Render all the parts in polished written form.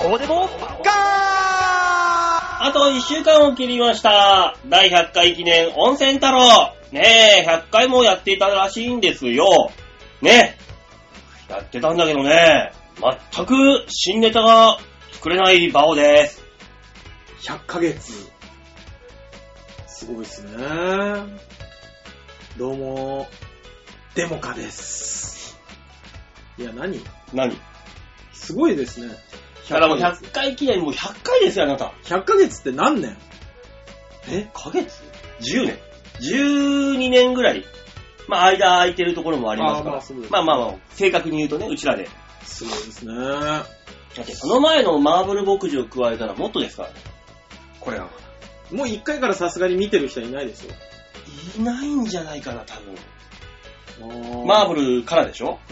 こうでもガー。 あと1週間を切りました。第100回記念温泉太郎。ねえ、100回もやっていたらしいんですよ。ねえ、やってたんだけどね、全く新ネタが作れないバオです。 100ヶ月。すごいですね。どうも、デモカです。いや、何すごいですね。 だからもう100回記念、もう100回ですよ、あなた。 100ヶ月って何年？ ヶ月 ?10 年。12年ぐらい。まあ、間空いてるところもありますから。まあ、正確に言うとね、うちらで。 すごいですね。 だってその前のマーブル牧場を加えたらもっとですからね。これは。 もう1回からさすがに見てる人はいないでしょ？ いないんじゃないかな、多分。マーブルからでしょ？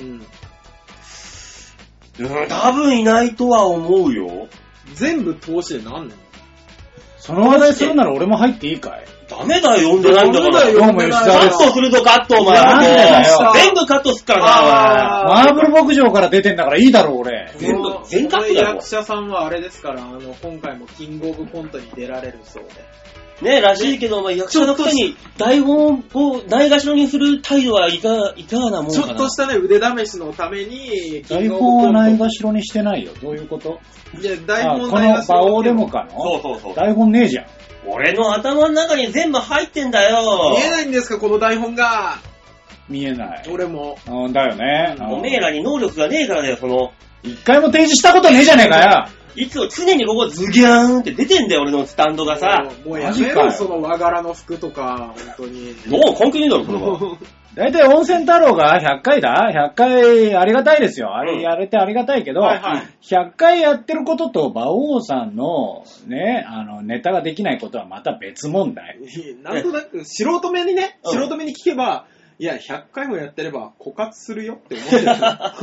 多分いないとは思うよ。 全部通しで何年？ その話題するなら俺も入っていいかい？ ダメだよ、読んでないんだから。 どうも吉田です。 カットするぞ、カット、お前。 なんでだよ。 全部カットすっからな、 マーブル牧場から出てんだからいいだろ、俺。 全カットだよ。 役者さんはあれですから、今回もキングオブコントに出られるそうで。 ねえ、らしいけど、お前役者のくせに台本をないがしろにする態度はいかがなもんかな。 ちょっとしたね、腕試しのために、 台本をないがしろにしてないよ。どういうこと？ いや、台本この馬王デモカのそう台本ねえじゃん。 俺の頭の中に全部入ってんだよ。 見えないんですか、この台本が。 見えない。 俺も。 だよね。 おめえらに能力がねえからだよ、 一回も提示したことねえじゃねえかよ。 いつも常にここズギャーンって出てんだよ、俺のスタンドがさ。 もうやめろ、その和柄の服とか、本当に。 もう根気ねえだろ、これは。 だいたい温泉太郎が100回だ ?100 回ありがたいですよ。あれやれてありがたいけど、100回やってることと馬王さんのね、ネタができないことはまた別問題。 なんとなく素人目に聞けば、いや、100回もやってれば枯渇するよって思ってる。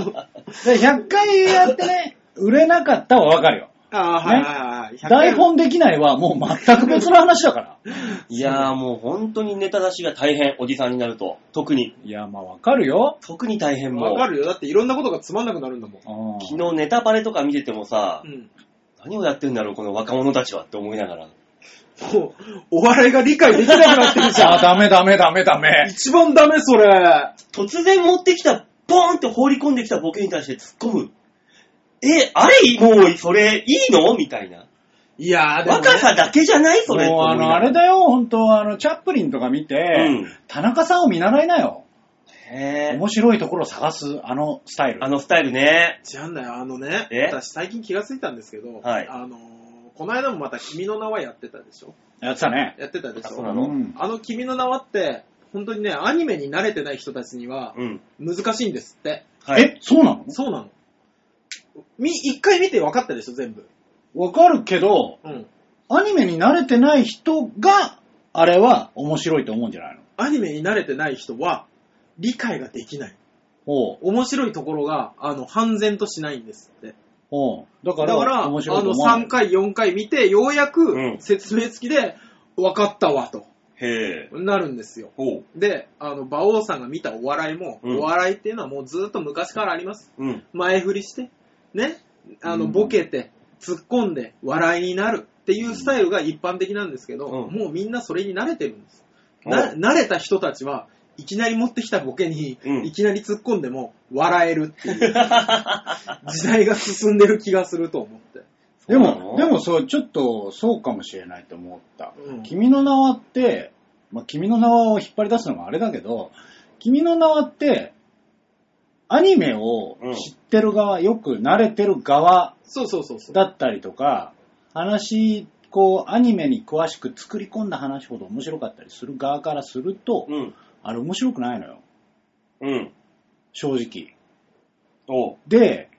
100回やってね、売れなかったはわかるよ。台本できないはもう全く別の話だから。 いやーもう本当にネタ出しが大変、おじさんになると。特に。 いや、まあわかるよ。 特に大変も。 わかるよ。だっていろんなことがつまんなくなるんだもん。 昨日ネタバレとか見ててもさ、何をやってんだろう、この若者たちはって思いながら。 もう、お笑いが理解できなくなってるじゃん。 ダメ。 一番ダメ、それ。 突然持ってきた、ポーンって放り込んできたボケに対して突っ込む。あれもう、それ、いいのみたいな。 いやー、でも、 ね、若さだけじゃないそれ。 もうあれだよ、ほんと、チャップリンとか見て、田中さんを見習いなよ。面白いところを探す、スタイル。 スタイルね。 違うんだよ、私最近気がついたんですけど、この間もまた君の名はやってたでしょ？ やってたね。 やってたでしょ？ そうなの？ 君の名はって、本当にね、アニメに慣れてない人たちには、難しいんですって。 そうなの？ そうなの。一回見て分かったでしょ、全部。 分かるけど、アニメに慣れてない人が、あれは面白いと思うんじゃないの？ アニメに慣れてない人は、理解ができない。面白いところが、半然としないんですって。だから面白いと思3回、4回見て、ようやく説明付きで、分かったわと。なるんですよ。で、馬王さんが見たお笑いも、お笑いっていうのはもうずっと昔からあります。前振りして、ね、ボケて、突っ込んで、笑いになるっていうスタイルが一般的なんですけど、もうみんなそれに慣れてるんです。慣れた人たちは、いきなり持ってきたボケに、いきなり突っ込んでも笑えるっていう時代が進んでる気がすると思って。 でもそう、ちょっとそうかもしれないと思った。君の名はって、君の名はを引っ張り出すのもあれだけど、君の名はって、アニメを知ってる側、よく慣れてる側だったりとか、アニメに詳しく作り込んだ話ほど面白かったりする側からすると、あれ面白くないのよ。正直。で、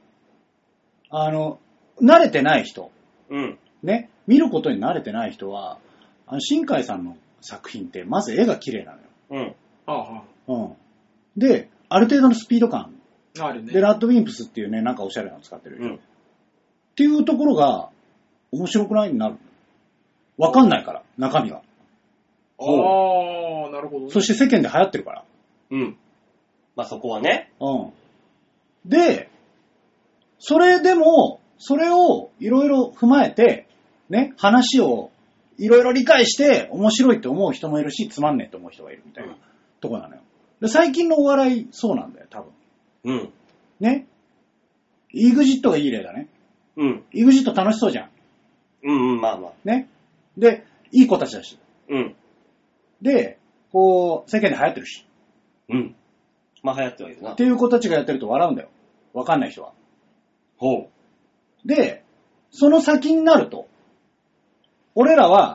慣れてない人、ね、見ることに慣れてない人は、新海さんの作品ってまず絵が綺麗なのよ。で、ある程度のスピード感。で、ラッドウィンプスっていうね、なんかおしゃれなの使ってるよ。っていうところが面白くないになる。わかんないから、中身が。 なるほど、ね。 そして世間で流行ってるから。 まあそこはね。 で、それでも、 それをいろいろ踏まえて、ね、話をいろいろ理解して面白いって思う人もいるし、つまんねえって思う人がいるみたいなとこなのよ。で最近のお笑いそうなんだよ、多分。 うん。 ね。EXIT がいい例だね。 うん。 EXIT 楽しそうじゃん。 うんうん、まあまあ。 ね。で、いい子たちだし。 うん。 で、こう、世間で流行ってるし。 うん。まあ流行ってはいるな。 っていう子たちがやってると笑うんだよ。わかんない人は。 ほう。 で、その先になると、俺らは、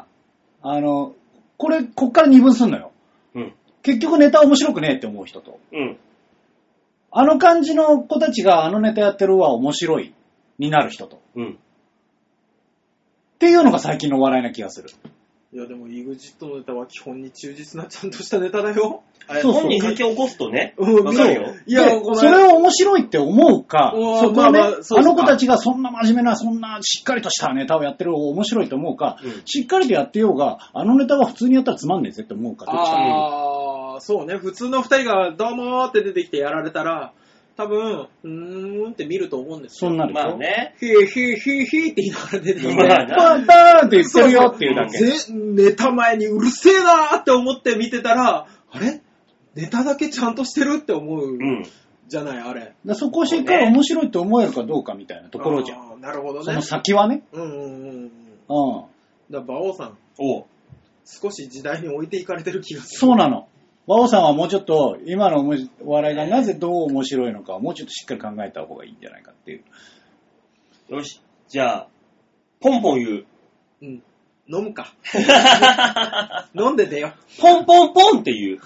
こっから二分すんのよ。 うん。 結局ネタ面白くねえって思う人と。 うん。 あの感じの子たちがあのネタやってるは面白いになる人と。 うん。 っていうのが最近のお笑いな気がする。 いやでも EXIT のネタは基本に忠実なちゃんとしたネタだよ。 そう本人書き起こすとね。 わかるよ。いや、 それを面白いって思うか、そこはね、あの子たちがそんな真面目な、そんなしっかりとしたネタをやってる面白いと思うか、しっかりとやってようが、あのネタは普通にやったらつまんねえぜって思うか、どっちか。 ああ、そうね。普通の二人がどうもーって出てきてやられたら、多分、って見ると思うんですよ。 そんなるでしょ。 まあね。 ヒーって言いながら出てきて、 パンって言ってるよっていうだけ。 ネタ前にうるせえなーって思って見てたら、あれネタだけちゃんとしてるって思う、じゃない、あれ。 そこをしっかり面白いって思えるかどうかみたいなところじゃん。 なるほどね。 その先はね。 だから馬王さん。少し時代に置いていかれてる気がする。 そうなの。馬王さんはもうちょっと今のお笑いがなぜどう面白いのかをもうちょっとしっかり考えた方がいいんじゃないかっていう。 よし。じゃあ、ポンポン言う。 うん。飲むか。飲んでてよ。 ポンポンポンって言う。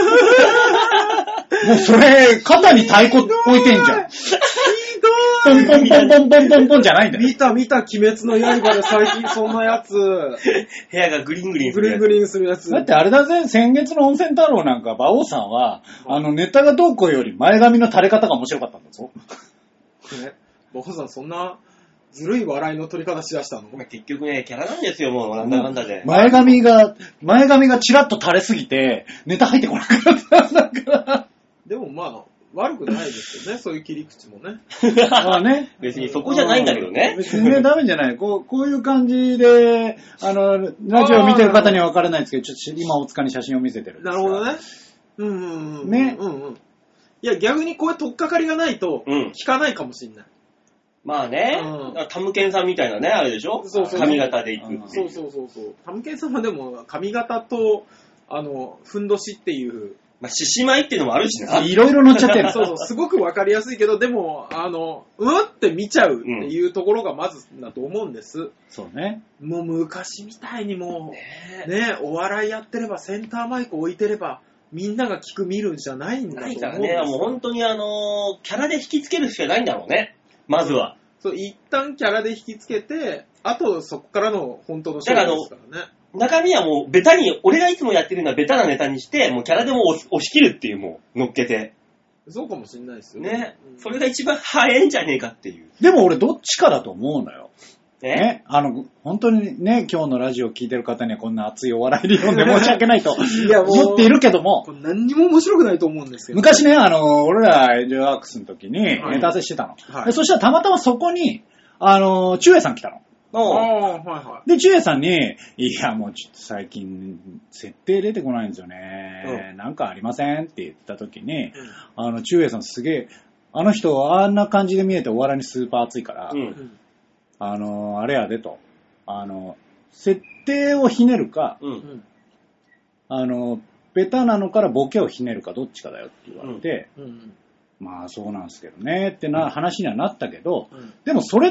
もうそれ、肩に太鼓置いてんじゃん。 ひどポンポンポンポンポンポンポンじゃないんだよ。 見た、鬼滅の刃で最近そんなやつ。 部屋がグリングリンするやつ。 グリングリンするやつ。 だってあれだぜ、先月の温泉太郎なんか、馬王さんは、ネタがどうこうより前髪の垂れ方が面白かったんだぞ。 ね、馬王さんそんな、ずるい笑いの取り方しだしたの？ 結局ね、キャラなんですよ、もう、なんだかんだで。 前髪がチラッと垂れすぎて、ネタ入ってこなくなったんだから。 でもまあ、悪くないですよね、そういう切り口もね。 まあね。 別にそこじゃないんだけどね。 別にね、ダメじゃない。こういう感じで、ラジオを見てる方には分からないですけど、ちょっと今大塚に写真を見せてるんですが。 なるほどね。ね。いや、逆にこういう取っかかりがないと、聞かないかもしれない。 まあね、タムケンさんみたいなね、あれでしょ？そう髪型でいく。 そう。タムケンさんはでも、髪型と、ふんどしっていう。 まあ、獅子舞っていうのもあるしな。 いろいろ乗っちゃってる。 そう、すごくわかりやすいけど、でも、って見ちゃうっていうところがまずだと思うんです。 そうね。 もう昔みたいにもう、ね、お笑いやってれば、センターマイク置いてれば、みんなが聞く見るんじゃないんだと思うんですよ。 ないからね、もう本当にキャラで引きつけるしかないんだろうね。まずは。 そう、一旦キャラで引きつけて、あとそこからの本当の勝負ですからね。 中身はもうベタに、俺がいつもやってるのはベタなネタにして、もうキャラでも押し切るっていう、もう乗っけて。 そうかもしれないですよね。それが一番早いんじゃねえかっていう。 でも俺どっちかだと思うのよ。ね、本当にね、今日のラジオを聞いてる方にはこんな熱いお笑い理論で申し訳ないと思っているけども、 何にも面白くないと思うんですけど。 昔ね、俺らエンジョイワークスの時にネタ合わせしてたの。でそしたらたまたまそこに、チュウエイさん来たの。で、チュウエイさんに、いや、もうちょっと最近、設定出てこないんですよね。なんかありませんって言った時に、チュウエイさんすげえ、あの人あんな感じで見えてお笑いにスーパー熱いから、あれやでと。設定をひねるか、ベタなのからボケをひねるかどっちかだよって言われて、まあそうなんですけどねって話にはなったけど、でもそれって、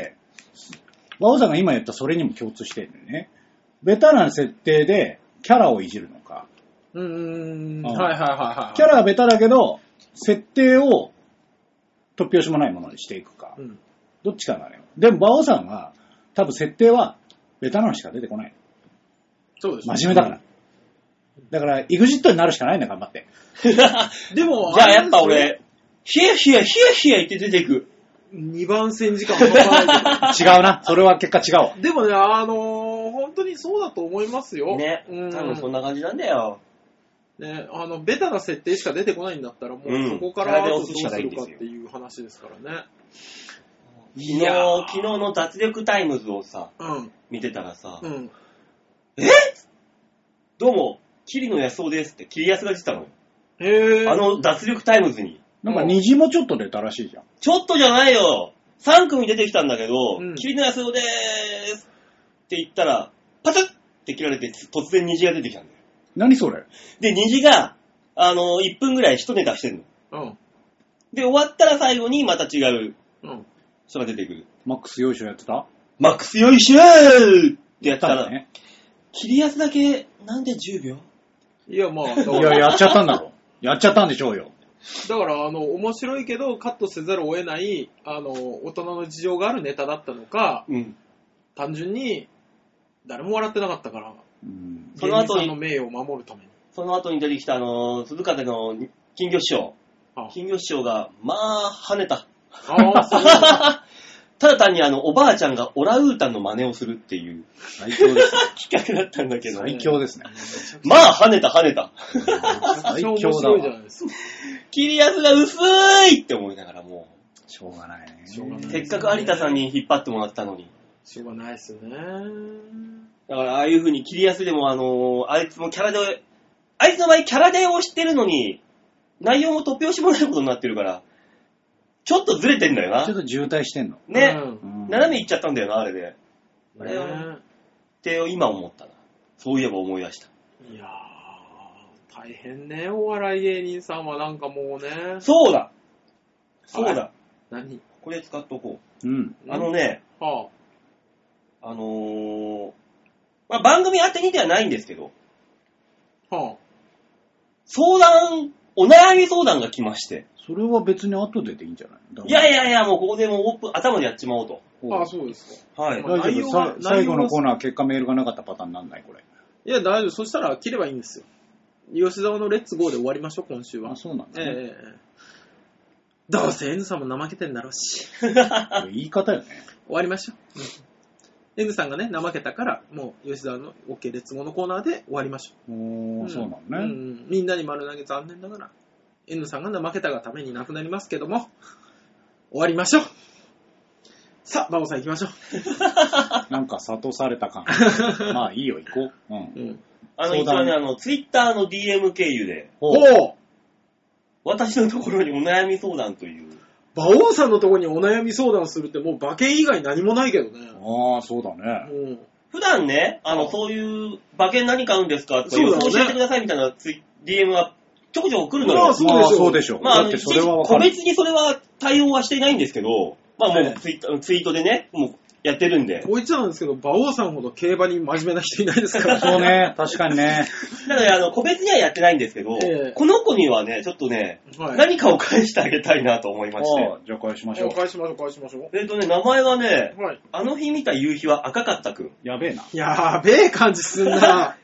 馬王さんが今言ったそれにも共通してるんだよね。ベタな設定でキャラをいじるのか。キャラはベタだけど、設定を突拍子もないものにしていくか。どっちかなのよ。でも馬王さんは多分設定はベタなのしか出てこない。 そうです。 真面目だから。だから、EXIT になるしかないんだ、頑張って。 でも、 じゃあやっぱ俺、ヒヤヒヤ言って出ていく。 2番線時間かかない。 違うな。それは結果違うわ。 でもね、本当にそうだと思いますよ。 ね。多分そんな感じなんだよ。 ね、ベタな設定しか出てこないんだったら、もうそこからどうするかっていう話ですからね。 昨日の脱力タイムズをさ、見てたらさ、どうも、桐野安夫ですって桐安が出てたのよ。脱力タイムズに。 なんか虹もちょっと出たらしいじゃん。 ちょっとじゃないよ。3組出てきたんだけど、桐野安夫でーすって言ったら、パツッって切られて突然虹が出てきたんだよ。 何それ？ で、虹が、1分ぐらい一ネタしてるの。で、終わったら最後にまた違う人が出てくる。 マックスよいしょやってた？ マックスよいしょーってやったら、ね、桐安だけ、なんで10秒？ いや、まあ、 いや、やっちゃったんだろ。やっちゃったんでしょうよ。 だから、面白いけど、カットせざるを得ない、大人の事情があるネタだったのか、単純に、誰も笑ってなかったから、その後に、の名誉を守るために。 その後に出てきた、鈴風の金魚師匠。金魚師匠が、まあ、跳ねた。ただ単におばあちゃんがオラウータンの真似をするっていう最強ですね。 企画だったんだけど。 最強ですね。 まあ、跳ねた。最強だわ。 切りやすが薄いって思いながらもう。しょうがないね。 せっかく有田さんに引っ張ってもらったのに。 しょうがないっすよね。 だからああいう風に切りやすでもあいつもキャラで、あいつの場合キャラでを知ってるのに、内容も突拍子もないことになってるから、ちょっとずれてんだよな。 ちょっと渋滞してんの。 ね。斜め行っちゃったんだよな、あれで。あれって今思ったな。そういえば思い出した。 いやー、大変ね、お笑い芸人さんはなんかもうね。 そうだ。 何？ これ使っとこう。 まあ、番組当てにではないんですけど、お悩み相談が来まして。 それは別に後ででいいんじゃない？ いや、もうここでもうオープン、頭でやっちまおうと。 そうですか。はい。 大丈夫。最後のコーナー結果メールがなかったパターンなんないこれ。 いや、大丈夫。そしたら切ればいいんですよ。吉沢のレッツゴーで終わりましょう、今週は。 そうなんだね。 どうせ N さんも怠けてんだろうし。 言い方よね。 終わりましょう。N さんがね、怠けたから、もう吉沢の OK レッツゴーのコーナーで終わりましょう。 そうなのね。 みんなに丸投げ残念だから、N さんが怠けたがためになくなりますけども、終わりましょう。さあ、バオさん行きましょう。なんか諭された感。まあいいよ、行こう。 一応ね、ツイッターの DM 経由で、私のところにお悩み相談という。 馬王さんのところにお悩み相談するってもう馬券以外何もないけどね。 そうだね。 普段ね、そういう馬券何買うんですかとか予想教えてくださいみたいなDM はちょこちょこ来るのよ。 そうでしょう。 だってそれは個別にそれは対応はしていないんですけど、まあもうツイートでね、もうやってるんで。 こう言っちゃうんですけど、馬王さんほど競馬に真面目な人いないですから。 そうね、確かにね。 なので、個別にはやってないんですけど、この子にはね、ちょっとね、何かを返してあげたいなと思いまして。 じゃあ返しましょう。 返しましょう。 名前はね、あの日見た夕日は赤かったくん。 やべえな。 やべえ感じすんな。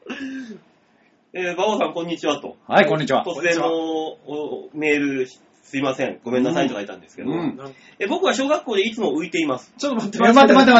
馬王さん、こんにちはと。 はい、こんにちは。 突然のメール、すいません。ごめんなさいと書いたんですけど、僕は小学校でいつも浮いています。 ちょっと待って。 わかる。だ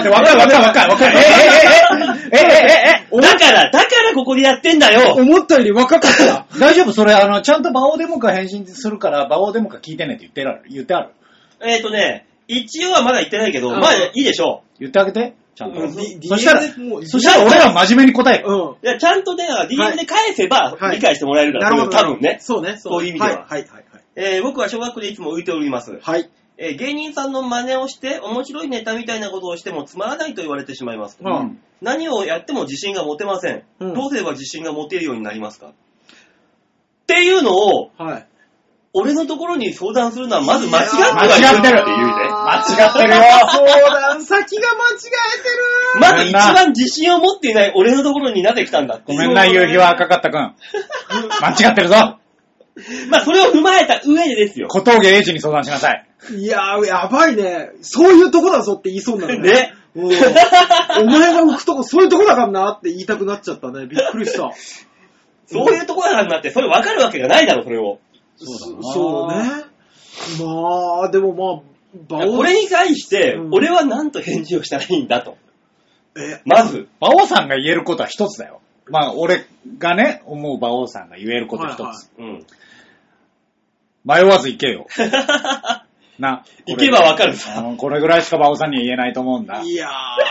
からここでやってんだよ。 思ったより若かった。 大丈夫それ、ちゃんとバオデモカ返信するから、バオデモカ聞いてねって言ってある。 一応はまだ言ってないけど、まあいいでしょう。 言ってあげて。ちゃんと。 そしたら俺ら真面目に答える。 いや、ちゃんとね、DM で返せば理解してもらえるから、多分ね。 そうね。 そういう意味では。僕は小学校でいつも浮いております。 はい。 芸人さんの真似をして面白いネタみたいなことをしてもつまらないと言われてしまいます。何をやっても自信が持てません。どうすれば自信が持てるようになりますかっていうのを、俺のところに相談するのはまず間違ってるっていうね。 間違ってるよ。 相談先が間違えてる。 まず一番自信を持っていない俺のところになぜ来たんだって。 ごめんな、夕日は赤かったくん。間違ってるぞ。 まあ、それを踏まえた上でですよ。 小峠英二に相談しなさい。 いやー、やばいね。そういうとこだぞって言いそうになるね。 お前が浮くとこ、そういうとこだからなって言いたくなっちゃったね。びっくりした。 そういうとこだからなって、それ分かるわけがないだろ、それを。 そうね。まあ、でもまあ、 これに対して、俺は何と返事をしたらいいんだと。まず。 馬王さんが言えることは一つだよ。まあ、俺がね、思う馬王さんが言えること一つ。迷わず行けよ。 行けばわかるさ。 これぐらいしか馬王さんには言えないと思うんだ。 いや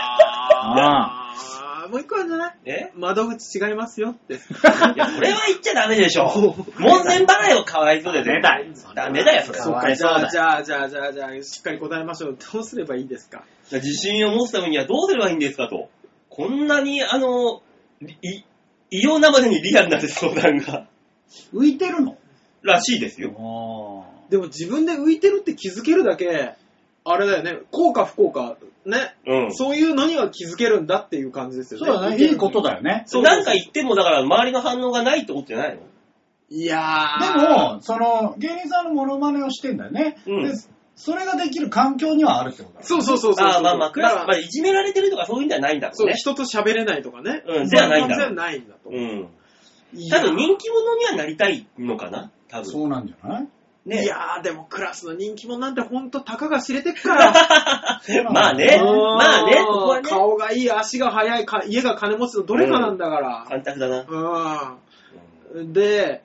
もう一個あるんじゃない？窓口違いますよって。 いや、それは言っちゃダメでしょ。門前払いはかわいそうで絶対。ダメだよ、それ。 そうか、じゃあ、しっかり答えましょう。どうすればいいですか？ 自信を持つためにはどうすればいいんですかと。こんなに、異様なまでにリアルな相談が。 浮いてるの？ らしいですよ。 でも自分で浮いてるって気づけるだけ、あれだよね、幸か不幸か、ね、そういうのには気づけるんだっていう感じですよね。 そうだね、いいことだよね。 なんか言ってもだから周りの反応がないってことじゃないの？ いやー。でも、芸人さんのモノマネをしてんだよね。でそれができる環境にはあるってことだ、ね。 そう。 まあ、いじめられてるとかそういうんじゃないんだろうね。 そう、人と喋れないとかね。 じゃないんだろう。 全然ないんだと。 多分人気者にはなりたいのかな？多分。 そうなんじゃない？ ね、いやーでもクラスの人気者なんてほんとたかが知れてっから。 まあね、ここはね。顔がいい、足が速い、家が金持ちのどれかなんだから。 簡単だな。 で、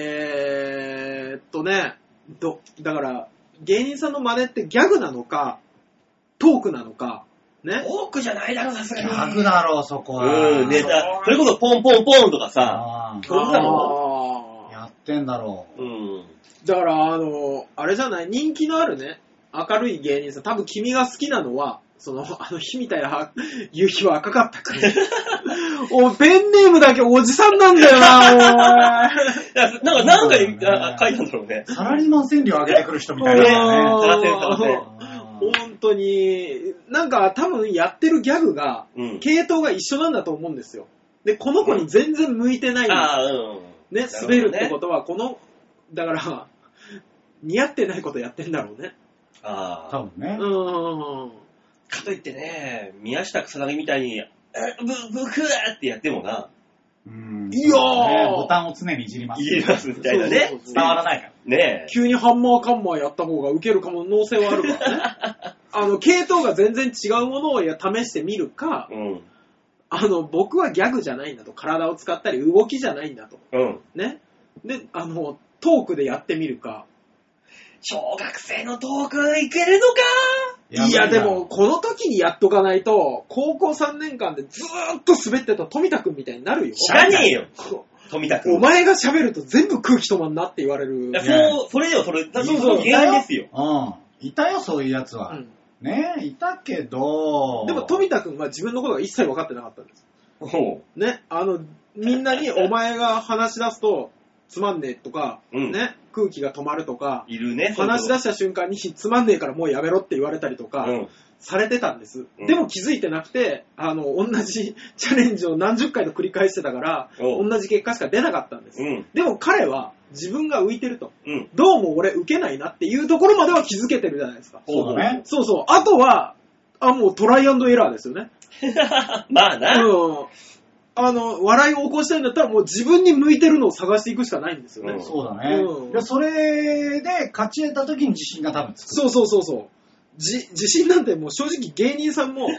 だから、芸人さんの真似ってギャグなのか、トークなのか、ね。 トークじゃないだろ、さすがに。 ギャグだろ、そこは。 ネタ。それこそポンポンポンとかさ、トークだろ。 やってんだろう。 だから、あれじゃない、人気のあるね、明るい芸人さん、多分君が好きなのは、日みたいな夕日は赤かったから。ペンネームだけおじさんなんだよな、 なんか書いたんだろうね。 サラリーマン川柳上げてくる人みたいなね。 本当に、なんか多分やってるギャグが、系統が一緒なんだと思うんですよ。で、この子に全然向いてない。ね、滑るってことは、だから、似合ってないことやってんだろうね。 多分ね。 かといってね、宮下草薙みたいに、ブクーってやってもな。 いやー、 ボタンを常にいじります。 いじりますみたいなね。 伝わらないから。 ね急にハンマーカンマーやった方がウケる可能性はあるからね。系統が全然違うものを試してみるか、僕はギャグじゃないんだと。体を使ったり動きじゃないんだと。ね。で、トークでやってみるか。 小学生のトークいけるのか？ いや、でも、この時にやっとかないと、高校3年間でずーっと滑ってた富田くんみたいになるよ。 知らねえよ。富田くん。 お前が喋ると全部空気止まんなって言われる。 それよ、原因ですよ。 いたよ、そういうやつは。ねえ、いたけど。 でも富田くんは自分のことが一切分かってなかったんです。ね、みんなにお前が話し出すと、つまんねえとか、ね、空気が止まるとか、 いるね、 話し出した瞬間につまんねえからもうやめろって言われたりとか、されてたんです。でも気づいてなくて、同じチャレンジを何十回と繰り返してたから、同じ結果しか出なかったんです。でも彼は自分が浮いてると、どうも俺浮けないなっていうところまでは気づけてるじゃないですか。 そうだね。 そうそう。あとは、もうトライアンドエラーですよね。 まあな。 笑いを起こしたいんだったらもう自分に向いてるのを探していくしかないんですよね。 そうだね。でそれで勝ち得た時に自信が多分つく。 そう。自信なんてもう正直芸人さんも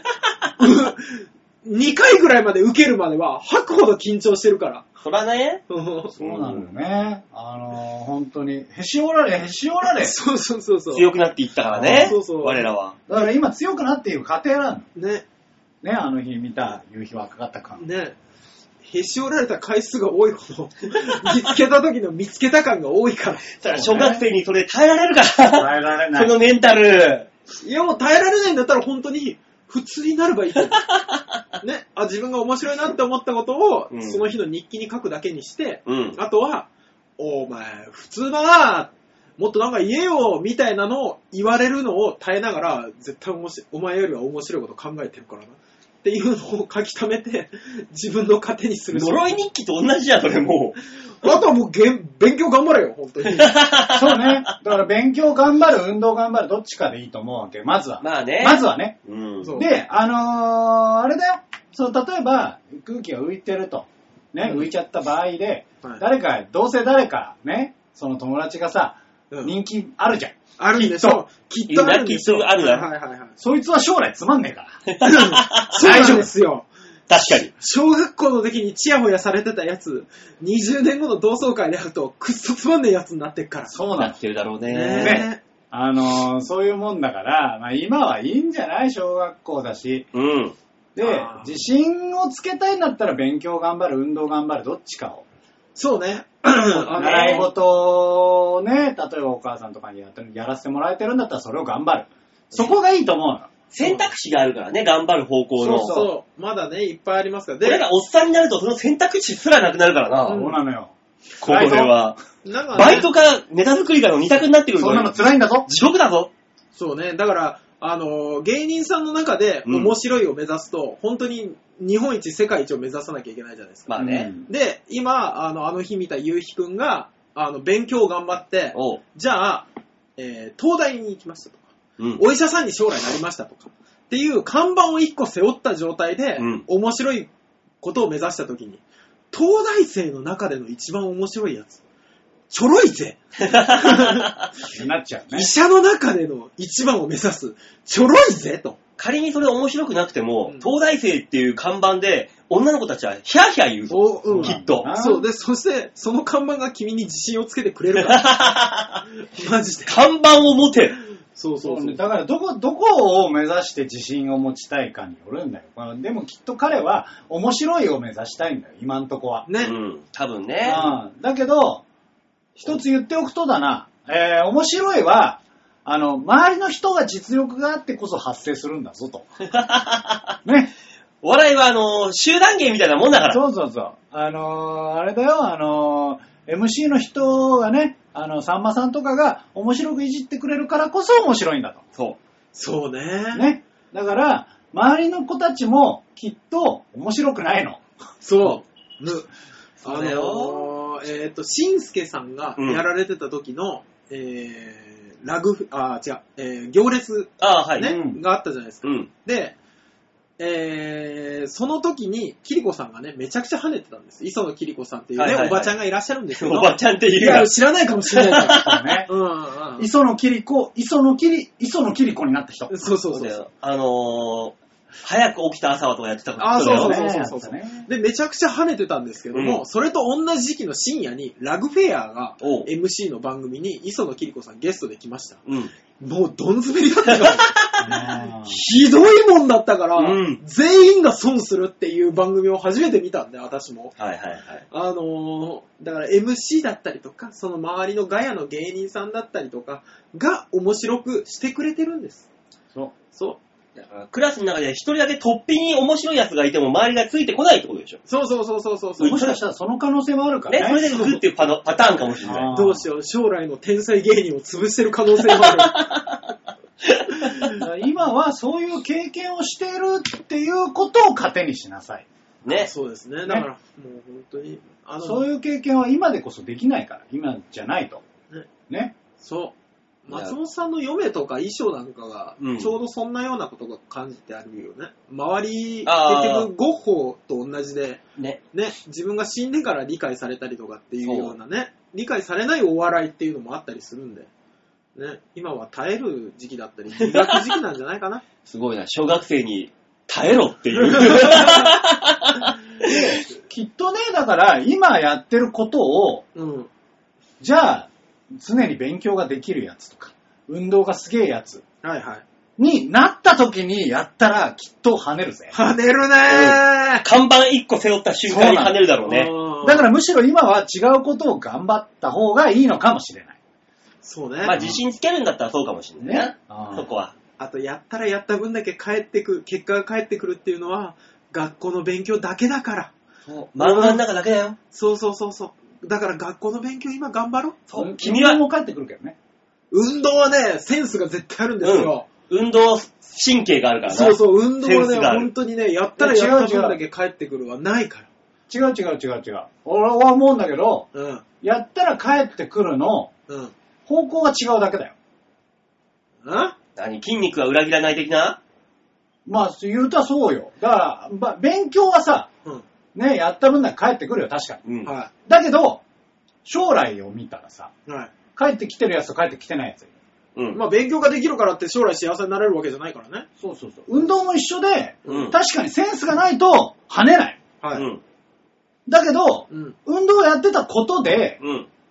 2回ぐらいまで受けるまでは吐くほど緊張してるから。 そらね。 そうなのよね。本当にへし折られ。 そう。 強くなっていったからね。我らは。 だから今強くなっている過程なの。 ね。 ね、あの日見た夕日は赤かった感。 ね。へし折られた回数が多いほど、見つけた時の見つけた感が多いから。 小学生にそれ耐えられるか耐えられない。 そのメンタル。 いやもう耐えられないんだったら本当に普通になればいいと。ね。自分が面白いなって思ったことを、その日の日記に書くだけにして、あとは、お前普通だな、もっとなんか言えよみたいなのを言われるのを耐えながら、絶対お前よりは面白いこと考えてるからな。っていうのを書き溜めて、自分の糧にする。 呪い日記と同じじゃん、それもう。あとはもう勉強頑張れよ、本当に。 そうね。だから勉強頑張る、運動頑張る、どっちかでいいと思うわけ。まずは。 まあね。 まずはね。で、 あれだよ。例えば、空気が浮いてると。ね、浮いちゃった場合で、どうせ誰か、ね、その友達がさ、人気あるじゃん。 あるんでしょ。きっとあるんでしょ。 あるだろ。 そいつは将来つまんねえから。 そうなんですよ。 確かに。 小学校の時にチヤホヤされてたやつ、20年後の同窓会で会うと、くっそつまんねえやつになってっから。 そうなってるだろうね。 ね。 そういうもんだから、まあ今はいいんじゃない？小学校だし。 うん。 で、自信をつけたいんだったら勉強頑張る、運動頑張る、どっちかを。 そうね。 習い事をね、例えばお母さんとかにやらせてもらえてるんだったらそれを頑張る。そこがいいと思うの。 選択肢があるからね、頑張る方向の。 そう。まだね、いっぱいありますから。 で、俺がおっさんになるとその選択肢すらなくなるからな。 そうなのよ。 これは。バイトかネタ作りかの二択になってくる。 そんなの辛いんだぞ。 地獄だぞ。 そうね。だから、芸人さんの中で面白いを目指すと、本当に日本一、世界一を目指さなきゃいけないじゃないですか。 まあね。 で、今、あの日見たゆうひくんが、勉強を頑張って、じゃあ、東大に行きましたとか、お医者さんに将来なりましたとか、っていう看板を一個背負った状態で、面白いことを目指したときに、東大生の中での一番面白いやつ、ちょろいぜなっちゃうね。 医者の中での一番を目指す、ちょろいぜと。 仮にそれ面白くなくても、東大生っていう看板で、女の子たちはヒャーヒャー言うぞ。きっと。 そう。で、そして、その看板が君に自信をつけてくれるから。マジで。 看板を持て。 そう。 だからどこを目指して自信を持ちたいかによるんだよ。でもきっと彼は面白いを目指したいんだよ、今んとこは。 ね。 多分ね。 だけど、一つ言っておくとだな、面白いは、周りの人が実力があってこそ発生するんだぞと。ね。 お笑いは集団芸みたいなもんだから。 そう。あれだよ、MC の人がね、さんまさんとかが面白くいじってくれるからこそ面白いんだと。 そうね。 ね。だから、周りの子たちもきっと面白くないの。 そう。しんすけさんがやられてた時の、行列、があったじゃないですか。で、その時に、キリコさんがね、めちゃくちゃ跳ねてたんです。磯野キリコさんっていうね、おばちゃんがいらっしゃるんですけど。 おばちゃんっていういや、知らないかもしれないからね。 磯野キリコになった人。 そう。 早く起きた朝はとかやってたから。 そう。で、めちゃくちゃ跳ねてたんですけども、それと同じ時期の深夜に、ラグフェアが MC の番組に磯野キリコさんゲストで来ました。もうどん詰めりだったから。ひどいもんだったから、全員が損するっていう番組を初めて見たんで、私も。だから MC だったりとか、その周りのガヤの芸人さんだったりとかが面白くしてくれてるんです。そう。 だからクラスの中で一人だけ突飛に面白いやつがいても周りがついてこないってことでしょ。 そう。 もしかしたらその可能性もあるからね。 それで浮くっていうパターンかもしれない。 どうしよう、将来の天才芸人を潰してる可能性もある。今はそういう経験をしているっていうことを糧にしなさい。 ね。そうですね。だから、もう本当に。 そういう経験は今でこそできないから。今じゃないと。ね。 そう。松本さんの嫁とか衣装なんかが、ちょうどそんなようなことが感じてあるよね。周り、結局、ゴッホと同じで、自分が死んでから理解されたりとかっていうようなね、理解されないお笑いっていうのもあったりするんで、ね、今は耐える時期だったり、磨く時期なんじゃないかな。 すごいな、小学生に耐えろっていう。 きっとね、だから今やってることを、じゃあ、常に勉強ができるやつとか、運動がすげえやつになった時にやったらきっと跳ねるぜ。 跳ねるねー。 看板1個背負った瞬間に跳ねるだろうね。 だからむしろ今は違うことを頑張った方がいいのかもしれない。 そうね。 まあ自信つけるんだったらそうかもしれないね。そこは。 あとやったらやった分だけ返ってくる、結果が返ってくるっていうのは学校の勉強だけだから。 漫画の中だけだよ。 そう。だから学校の勉強今頑張ろう。 君はもう帰ってくるけどね。 運動はね、センスが絶対あるんですよ。 運動神経があるからね。そう、運動はね、本当にね、やったらやった分だけ帰ってくるはないから。 違う。俺は思うんだけど、やったら帰ってくるの、方向が違うだけだよ。 筋肉は裏切らない的な？ まあ、言うとはそうよ。だから、勉強はさ、ね、やった分だけ帰ってくるよ、確かに。だけど、将来を見たらさ、帰ってきてるやつと帰ってきてないやつ。 まあ、勉強ができるからって将来幸せになれるわけじゃないからね。 そう。運動も一緒で、確かにセンスがないと跳ねない。だけど、運動をやってたことで、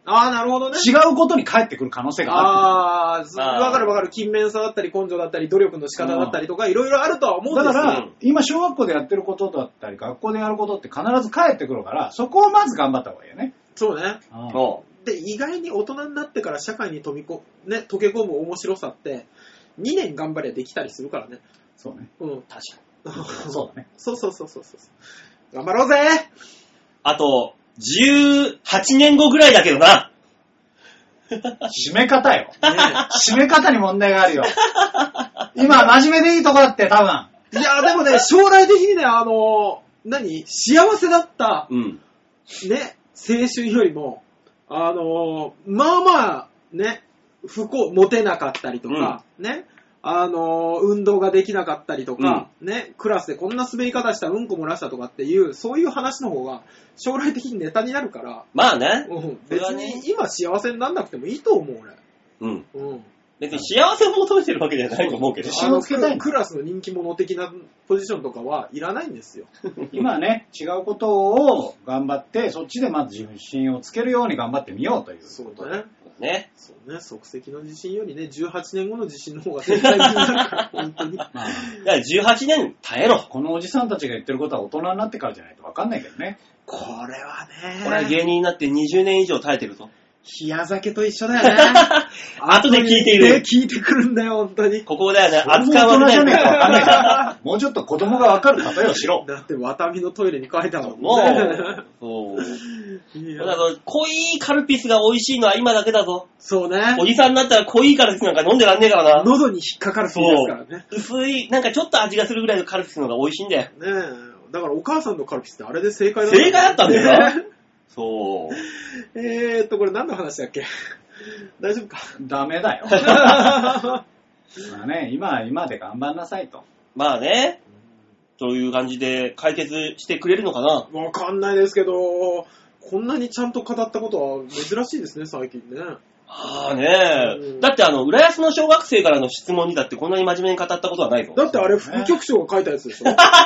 ああ、なるほどね。 違うことに返ってくる可能性がある。 わかるわかる。勤勉さだったり、根性だったり、努力の仕方だったりとか、いろいろあるとは思うんですよ。 だから、今小学校でやってることだったり、学校でやることって必ず返ってくるから、そこをまず頑張った方がいいよね。 そうね。で、意外に大人になってから社会に溶け込む面白さって、2年頑張りゃできたりするからね。 そうね。 うん、 確かに。そうだね。 そう。頑張ろうぜ。 あと、18年後ぐらいだけどな。 締め方よ。ね、締め方に問題があるよ。今、真面目でいいとこだって、多分。 いや、でもね、将来的にね、幸せだった、ね、青春よりも、まあまあ、ね、モテなかったりとか、ね、運動ができなかったりとか、ね、クラスでこんな滑り方したうんこ漏らしたとかっていう、そういう話の方が将来的にネタになるから、 まあね。 別に今幸せになんなくてもいいと思う、俺。 別に幸せを求めてるわけじゃないと思うけど。 クラスの人気者的なポジションとかはいらないんですよ。 今ね、違うことを頑張って、そっちでまず自信をつけるように頑張ってみようという。 そうだね。 そうね、 即席の自信よりね、18年後の自信の方が絶対になるから、本当に。 だから18年耐えろ。 このおじさんたちが言ってることは大人になってからじゃないと分かんないけどね。 これはね。 俺は芸人になって20年以上耐えてるぞ。 冷や酒と一緒だよね。 後で聞いている。 聞いてくるんだよ、本当に。 ここだよね、扱われない。 もうちょっと子供が分かる例えをしろ。 だって、ワタミのトイレに書いてあるもんね。そう。だから濃いカルピスが美味しいのは今だけだぞ。 そうね。 おじさんになったら濃いカルピスなんか飲んでらんねえからな。 喉に引っかかるそうですからね。 薄い、なんかちょっと味がするぐらいのカルピスの方が美味しいんだよ。 ねえ。だからお母さんのカルピスってあれで正解だった。正解だったんだよな。そう。 これ何の話だっけ？大丈夫か？ ダメだよ。まあね、今で頑張んなさいと。 まあね。そういう感じで解決してくれるのかな？ わかんないですけど、こんなにちゃんと語ったことは珍しいですね、最近ね。 ああねえ。だって浦安の小学生からの質問にだってこんなに真面目に語ったことはないぞ。 だってあれ副局長が書いたやつでしょ？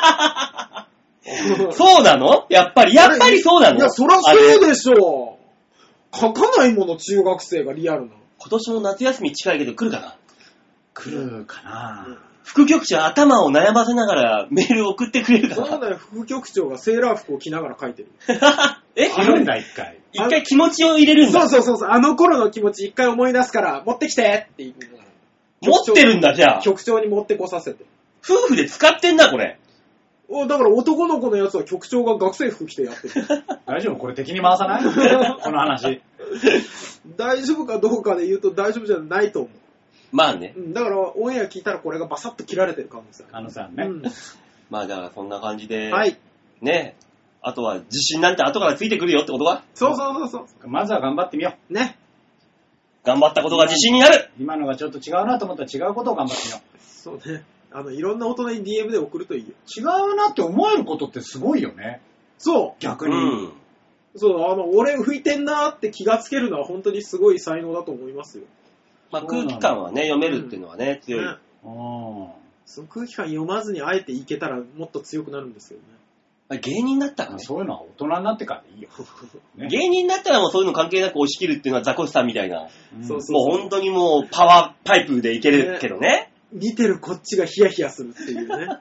そうなの？やっぱりそうなの？ いや、そらそうでしょう。書かないもの、中学生がリアルな。 今年も夏休み近いけど来るかな？ 来るかな、 副局長頭を悩ませながらメールを送ってくれるかな？ そうだよ、副局長がセーラー服を着ながら書いてる。 来るんだ、一回気持ちを入れるんだ。 そう。あの頃の気持ち一回思い出すから持ってきてって言うから。 持ってるんだ、じゃあ。 局長に持ってこさせて。 夫婦で使ってんだ、これ。 だから男の子のやつは局長が学生服着てやってる。 大丈夫？これ敵に回さない？この話。 大丈夫かどうかで言うと大丈夫じゃないと思う。 まあね。 だからオンエア聞いたらこれがバサッと切られてる可能性あるね。 まあだからそんな感じで。 はい。 ね。あとは自信なんて後からついてくるよってことは？ そう。 まずは頑張ってみよう。ね。 頑張ったことが自信になる。 今のがちょっと違うなと思ったら違うことを頑張ってみよう。 そうね。いろんな大人に DM で送るといいよ。 違うなって思えることってすごいよね。 そう。 逆に。 そう、俺浮いてんなーって気がつけるのは本当にすごい才能だと思いますよ。 まあ空気感はね、読めるっていうのはね、強い。ね、 その空気感読まずにあえていけたらもっと強くなるんですよね。 芸人だったらね。 そういうのは大人になってからでいいよ。 ね、芸人だったらもうそういうの関係なく押し切るっていうのはザコシさんみたいな。 そうもう本当にもうパワーパイプでいけるけどね。 見てるこっちがヒヤヒヤするっていうね。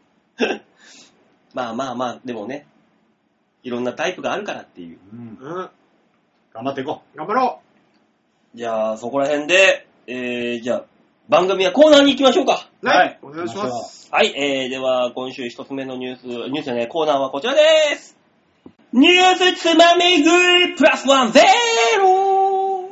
まあ、でもね、いろんなタイプがあるからっていう。 頑張っていこう。頑張ろう。じゃあ、そこら辺で、じゃあ、番組はコーナーに行きましょうか。 はい。お願いします。 はい、では、今週一つ目のニュースじゃない、コーナーはこちらです。ニュースつまみ食いプラス1ゼロ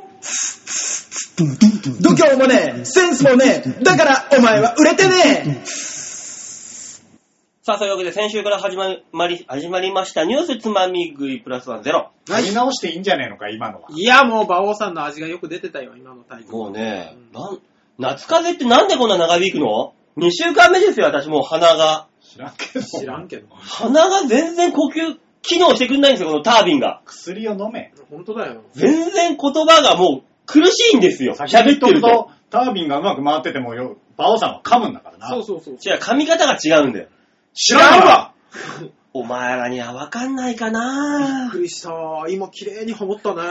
度胸もねえ、センスもねえ、だからお前は売れてねえ。 さあ、そういうわけで先週から始まりましたニュースつまみ食いプラス1ゼロ。 やり直していいんじゃねえのか、今のは。 いや、もう馬王さんの味がよく出てたよ、今のタイトル。 もうね、夏風邪ってなんでこんな長引くの？ 2 週間目ですよ、私もう鼻が。 知らんけど。 鼻が全然呼吸機能してくんないんですよ、このタービンが。 薬を飲め。 本当だよ。 全然言葉がもう苦しいんですよ。喋ってると。 タービンがうまく回ってても馬王さんは噛むんだからな。 そう。 違う、噛み方が違うんだよ。 知らんわお前らにはわかんないかな。 びっくりした。今綺麗にハモったね。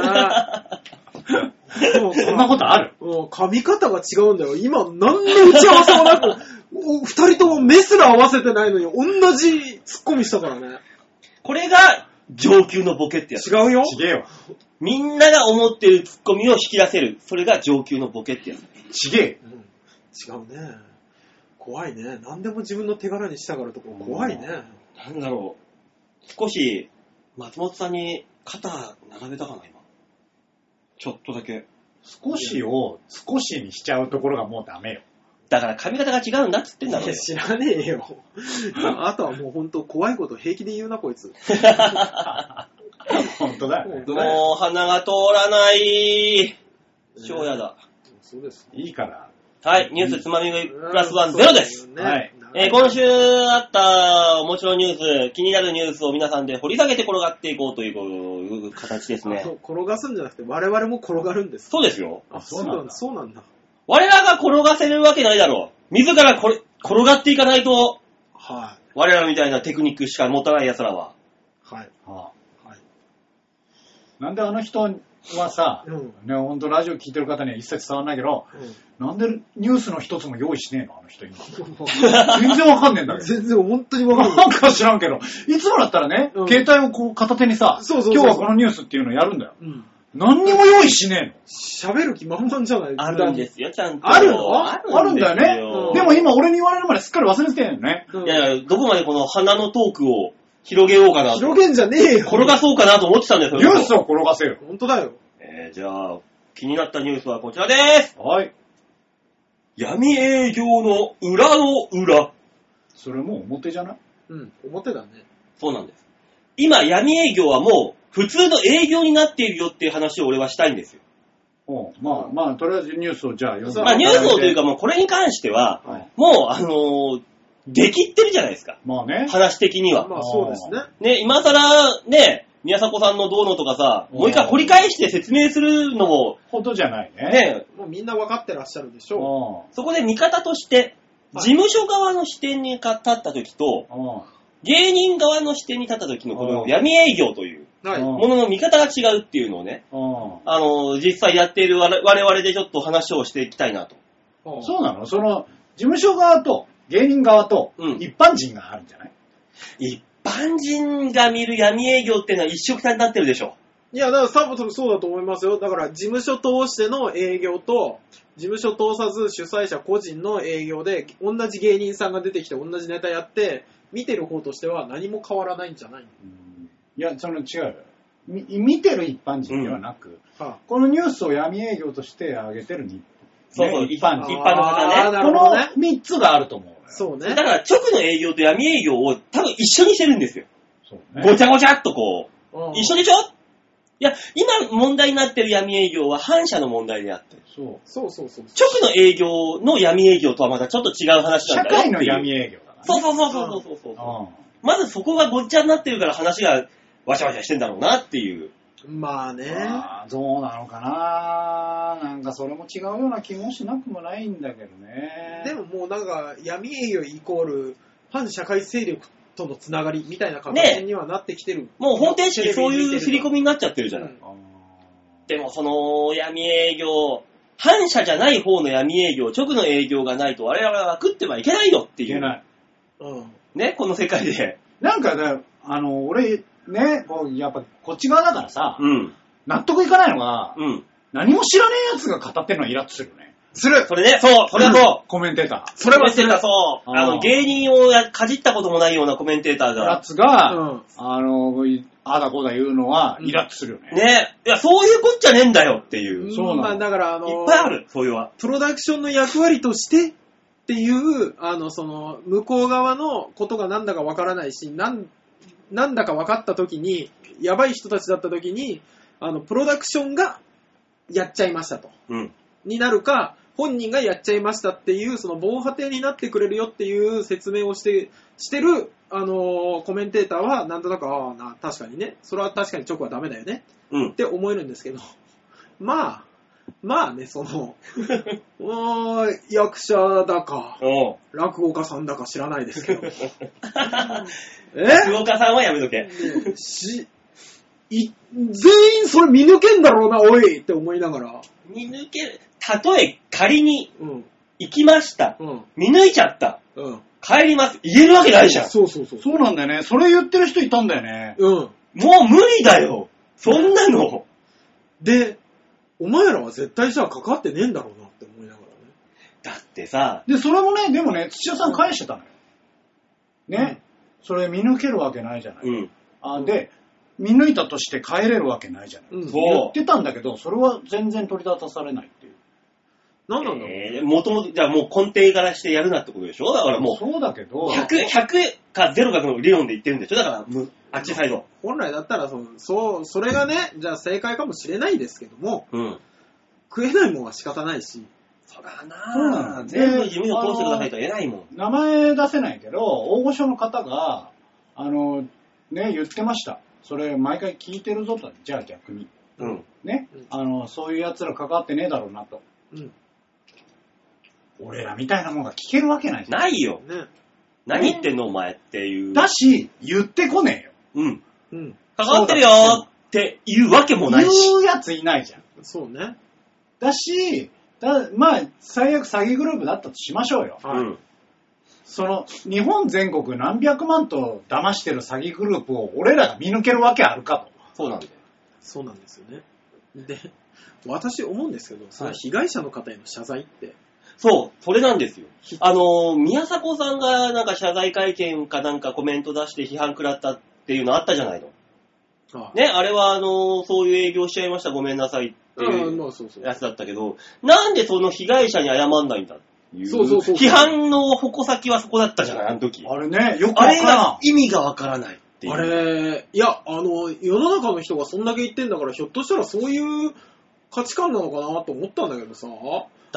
そんなことある？ 噛み方が違うんだよ。今何の打ち合わせもなく、二人とも目すら合わせてないのに同じツッコミしたからね。 これが上級のボケってやつ。 違うよ。 違えよ。 みんなが思ってるツッコミを引き出せる。それが上級のボケってやつ。 違え。 違うね。怖いね。何でも自分の手柄にしたからとか怖いね。 なんだろう。少し、松本さんに肩並べたかな、今。ちょっとだけ。 少しを少しにしちゃうところがもうダメよ。 だから髪型が違うんだっつってんだろ。 知らねえよ。あとはもう本当怖いこと平気で言うな、こいつ。 本当だよ、ね。 もう鼻が通らない。超やだ。 そうです。 いいから。 はい、ニュースつまみ食いプラスワンゼロです。 はい。 今週あった面白いニュース、気になるニュースを皆さんで掘り下げて転がっていこうという形ですね。 転がすんじゃなくて我々も転がるんです。 そうですよ。 あ、そうなんだ。 我らが転がせるわけないだろう。自ら転がっていかないと、 はい。 我らみたいなテクニックしか持たない奴らは。 はい。はい。 なんであの人はさ、ね、ほんとラジオ聞いてる方には一切伝わんないけど、なんでニュースの一つも用意しねえのあの人今。全然わかんねえんだけど。 全然本当にわかんない。 なんか知らんけど、いつもだったらね、携帯をこう片手にさ、今日はこのニュースっていうのをやるんだよ。何にも用意しねえの。喋る気満々じゃない。 あるんですよ、ちゃんと。 あるの？ あるんだよね。でも今俺に言われるまですっかり忘れてたよね。 いや、どこまでこの鼻のトークを広げようかなと。 広げんじゃねえよ。 転がそうかなと思ってたんですよ。 ニュースを転がせよ。 本当だよ。 じゃあ、気になったニュースはこちらです。 はい。 闇営業の裏の裏。 それもう表じゃない？ 表だね。 そうなんです。今、闇営業はもう普通の営業になっているよっていう話を俺はしたいんですよ。 まあ、とりあえずニュースをじゃあ読んで。 まあ、ニュースをというかもうこれに関しては、もう、できってるじゃないですか。 まあね。 話的には。 まあそうですね。 ね、今更ね、宮迫さんのどうのとかさ、もう一回掘り返して説明するのも、 ほどじゃないね。 ね。 もうみんな分かってらっしゃるでしょう。そこで見方として、事務所側の視点に立った時と、芸人側の視点に立った時のこの闇営業というものの見方が違うっていうのをね、実際やっている我々でちょっと話をしていきたいなと。 そうなの？その、事務所側と芸人側と一般人があるんじゃない？ 一般人が見る闇営業っていうのは一緒くたになってるでしょ。 いや、だから多分そうだと思いますよ。だから事務所通しての営業と、事務所通さず主催者個人の営業で、同じ芸人さんが出てきて同じネタやって、見てる方としては何も変わらないんじゃないの？ いや、その違うよ。見てる一般人ではなく、このニュースを闇営業として上げてるそう、一般の方ね。 この3つがあると思う。 そうね。 だから直の営業と闇営業を多分一緒にしてるんですよ。 そうね。 ごちゃごちゃっとこう。一緒でしょ？いや、今問題になってる闇営業は反社の問題であって。 そう。 直の営業の闇営業とはまたちょっと違う話なんだよ。 社会の闇営業だからね。 そう。まずそこがごっちゃになってるから話がわしゃわしゃしてんだろうなっていう。 まあね。 どうなのかな。なんかそれも違うような気もしなくもないんだけどね。 でももうなんか闇営業イコール反社会勢力とのつながりみたいな形にはなってきてる。 ね、もう方程式そういう刷り込みになっちゃってるじゃない。でもその闇営業、反社じゃない方の闇営業、直の営業がないと我々は食ってはいけないよっていう。いけない。ね、この世界で。 なんかね、俺、ね、やっぱこっち側だからさ、納得いかないのが、何も知らねえやつが語ってるのはイラッとするよね。 する。 それね、そう、それはそう。 コメンテーター。 それはしてた、そう。芸人をかじったこともないようなコメンテーターが。 やつが、あだこだ言うのはイラッとするよね。 ね。いや、そういうこっちゃねえんだよっていう。 そうなんだ。まあだからいっぱいある、そういうは。 プロダクションの役割としてっていう、その、向こう側のことがなんだかわからないし、なんだか分かった時に、やばい人たちだった時に、プロダクションがやっちゃいましたと。になるか、本人がやっちゃいましたっていう、その防波堤になってくれるよっていう説明をしてる、コメンテーターは、なんとなく、確かにね、それは確かに直はダメだよね、って思えるんですけど、まあ、 まあね、役者だか、落語家さんだか知らないですけど。 落語家さんはやめとけ。 全員それ見抜けんだろうな、おいって思いながら。 見抜ける。例え仮に、行きました。見抜いちゃった。帰ります。言えるわけないじゃん。 そうなんだよね。それ言ってる人いたんだよね。 もう無理だよ。そんなの。 で、お前らは絶対じゃあかかってねえんだろうなって思いながらね。 だってさ。 で、それもね、でもね、土屋さん返してたのよ。ね。それ見抜けるわけないじゃない。で、見抜いたとして帰れるわけないじゃない。言ってたんだけど、それは全然取り立たされないっていう。 なんなんだろう。 もともと、じゃあもう根底からしてやるなってことでしょ。だからもう。 そうだけど。 100か0かの理論で言ってるんでしょ。だから、あっちサイド。 本来だったらそれがね、じゃあ正解かもしれないですけども、食えないもんは仕方ないし。 そらなぁ。全部事務所通してくださいとは言えないもん。 名前出せないけど、大御所の方が、言ってました。それ毎回聞いてるぞと。じゃあ逆に。ね。そういう奴ら関わってねえだろうなと。俺らみたいなもんが聞けるわけないじゃん。 ないよ。ね、何言ってんのお前っていう。 だし、言ってこねえよ。関わってるよって言うわけもないし。 言うやついないじゃん。 そうね。 だし、まあ、最悪詐欺グループだったとしましょうよ。日本全国何百万と騙してる詐欺グループを俺らが見抜けるわけあるかと。 そうなんだよ。 そうなんですよね。で、私思うんですけど、その被害者の方への謝罪って。 そう、それなんですよ。宮迫さんがなんか謝罪会見かなんかコメント出して批判食らったっていうのあったじゃないの。ね、あれはそういう営業しちゃいました、ごめんなさいっていうやつだったけど、なんでその被害者に謝んないんだっていう。批判の矛先はそこだったじゃない、あの時。 あれね、よくわからん。 あれが意味がわからないっていう。 あれ、いや、世の中の人がそんだけ言ってんだから、ひょっとしたらそういう価値観なのかなと思ったんだけどさ、ね、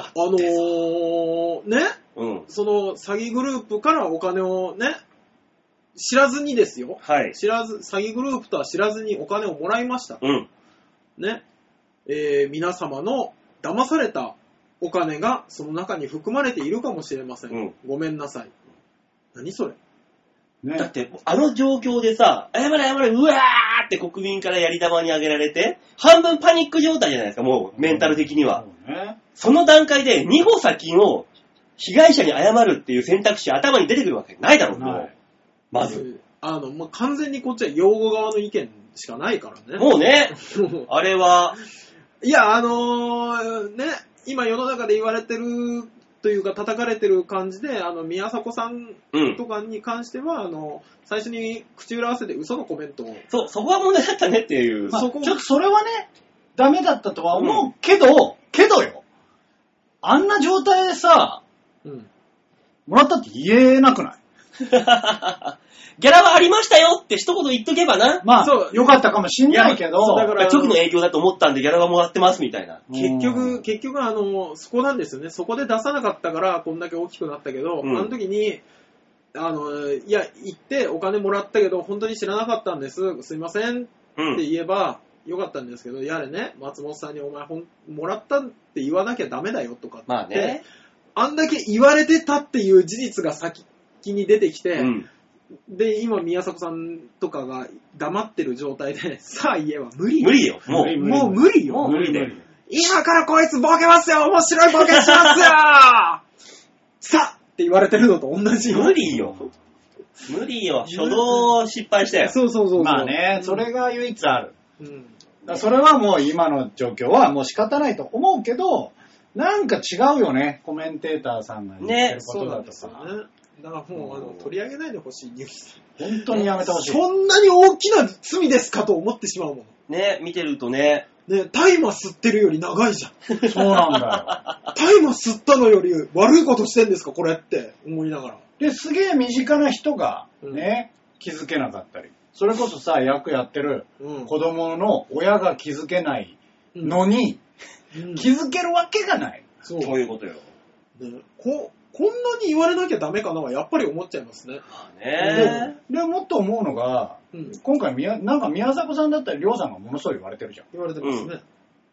その詐欺グループからお金をね、知らずにですよ。詐欺グループとは知らずにお金をもらいました。ね。皆様の騙されたお金がその中に含まれているかもしれません。ごめんなさい。何それ。 ね、だって、あの状況でさ、謝れ、うわーって国民からやり玉にあげられて、半分パニック状態じゃないですか、もう、メンタル的には。その段階で2歩先の被害者に謝るっていう選択肢頭に出てくるわけないだろう、もう。まず。 完全にこっちは擁護側の意見しかないからね。 もうね、あれは。 いや、今世の中で言われてるというか叩かれてる感じで、宮迫さんとかに関しては、最初に口裏合わせて嘘のコメントを。 そこは問題だったねっていう。 ちょっとそれはね、ダメだったとは思うけどよ。あんな状態でさ、もらったって言えなくないギャラはありましたよって一言言っとけばな。 まあ、よかったかもしんないけど。 だから局の影響だと思ったんでギャラはもらってますみたいな。 結局そこなんですよね。そこで出さなかったからこんだけ大きくなったけど、あの時に、いや、行ってお金もらったけど、本当に知らなかったんです。すいませんって言えばよかったんですけど、やれね、松本さんにお前もらったって言わなきゃダメだよとかって、 まあね、 あんだけ言われてたっていう事実が先に出てきて、で、今、宮迫さんとかが黙ってる状態で、さあ言えば無理よ。 無理よ。 もう無理よ。 もう無理で。 今からこいつボケますよ、面白いボケしますよさあって言われてるのと同じよ。 無理よ。初動失敗したよ。 そう。 まあね、それが唯一ある。それはもう今の状況はもう仕方ないと思うけど、なんか違うよね、コメンテーターさんが言ってることだとか。 ね、だからもう取り上げないでほしいニュース。 本当にやめてほしい。 そんなに大きな罪ですかと思ってしまうもん。 ね、見てるとね。 ね、大麻吸ってるより長いじゃん。 そうなんだよ。大麻吸ったのより悪いことしてんですかこれって思いながら。 で、すげえ身近な人がね、気づけなかったり。それこそさ、役やってる子供の親が気づけないのに、気づけるわけがない。 そういうことよ。 ね、こんなに言われなきゃダメかなはやっぱり思っちゃいますね。 で、もっと思うのが、今回なんか宮迫さんだったり、りょうさんがものすごい言われてるじゃん。 言われてますね。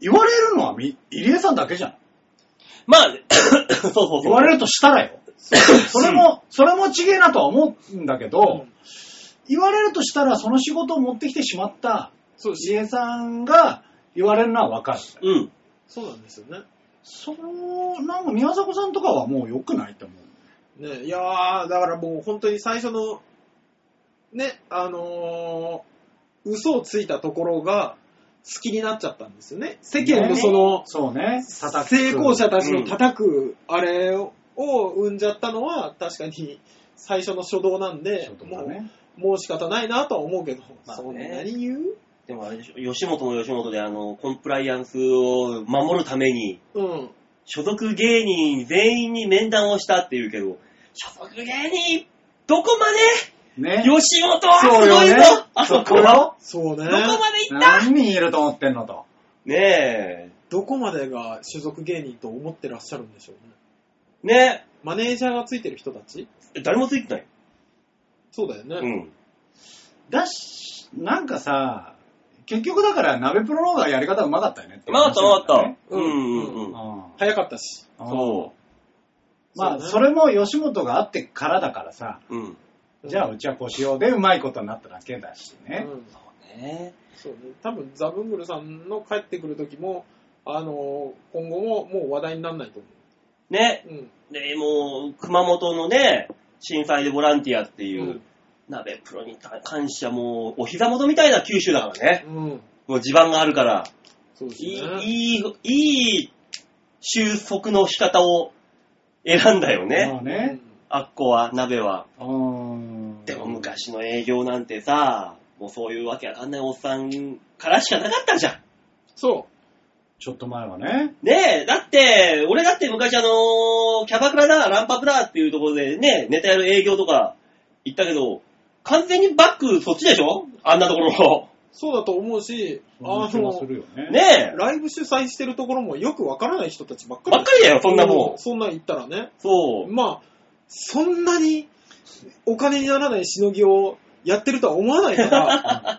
言われるのは入江さんだけじゃん。 まあ、そうそうそう。 言われるとしたらよ。それもちげえなとは思うんだけど、言われるとしたらその仕事を持ってきてしまった入江さんが言われるのはわかる。 うん。そうなんですよね。 なんか宮迫さんとかはもう良くないと思う。 ね、いやー、だからもう本当に最初の、ね、嘘をついたところが好きになっちゃったんですよね。世間のそうね、 成功者たちの叩くあれを生んじゃったのは確かに最初の初動なんで、もう仕方ないなとは思うけど、 まあね、 そんなに言う？ でもあれでしょ、吉本の吉本でコンプライアンスを守るために、所属芸人全員に面談をしたっていうけど、所属芸人、どこまで、ね、吉本はすごいぞ、あそこは。 そうね。 どこまで行った何人いると思ってんのと。 ねえ。 どこまでが所属芸人と思ってらっしゃるんでしょうね。ね。 マネージャーがついてる人たち？ 誰もついてない。 そうだよね。 うん。 なんかさ、結局だから鍋プロの方がやり方うまかったよねって、 うまかった、うまかった。 早かったし。 そう。 まあ、それも吉本があってからだからさ、じゃあうちはこうしようでうまいことになっただけだしね。 そうね。 そうね。多分ザブングルさんの帰ってくる時も、今後ももう話題にならないと思う。 ね。で、もう、熊本のね、震災でボランティアっていう、鍋プロに関してはもう、お膝元みたいな九州だからね。もう地盤があるから。 そうですね。 いい収束の仕方を選んだよね。 ね。 あっこは、鍋は。でも昔の営業なんてさ、もうそういうわけわかんないおっさんからしかなかったじゃん。 そう。 ちょっと前はね。 ねえ、だって、俺だって昔キャバクラだ、ランパプだっていうところでね、ネタやる営業とか行ったけど、完全にバックそっちでしょ？あんなところの。 そうだと思うし、 ねえ。 ライブ主催してるところもよくわからない人たちばっかりだよ、そんなもん。 そんなん言ったらね。 そう。 まあ、そんなにお金にならないしのぎをやってるとは思わないから、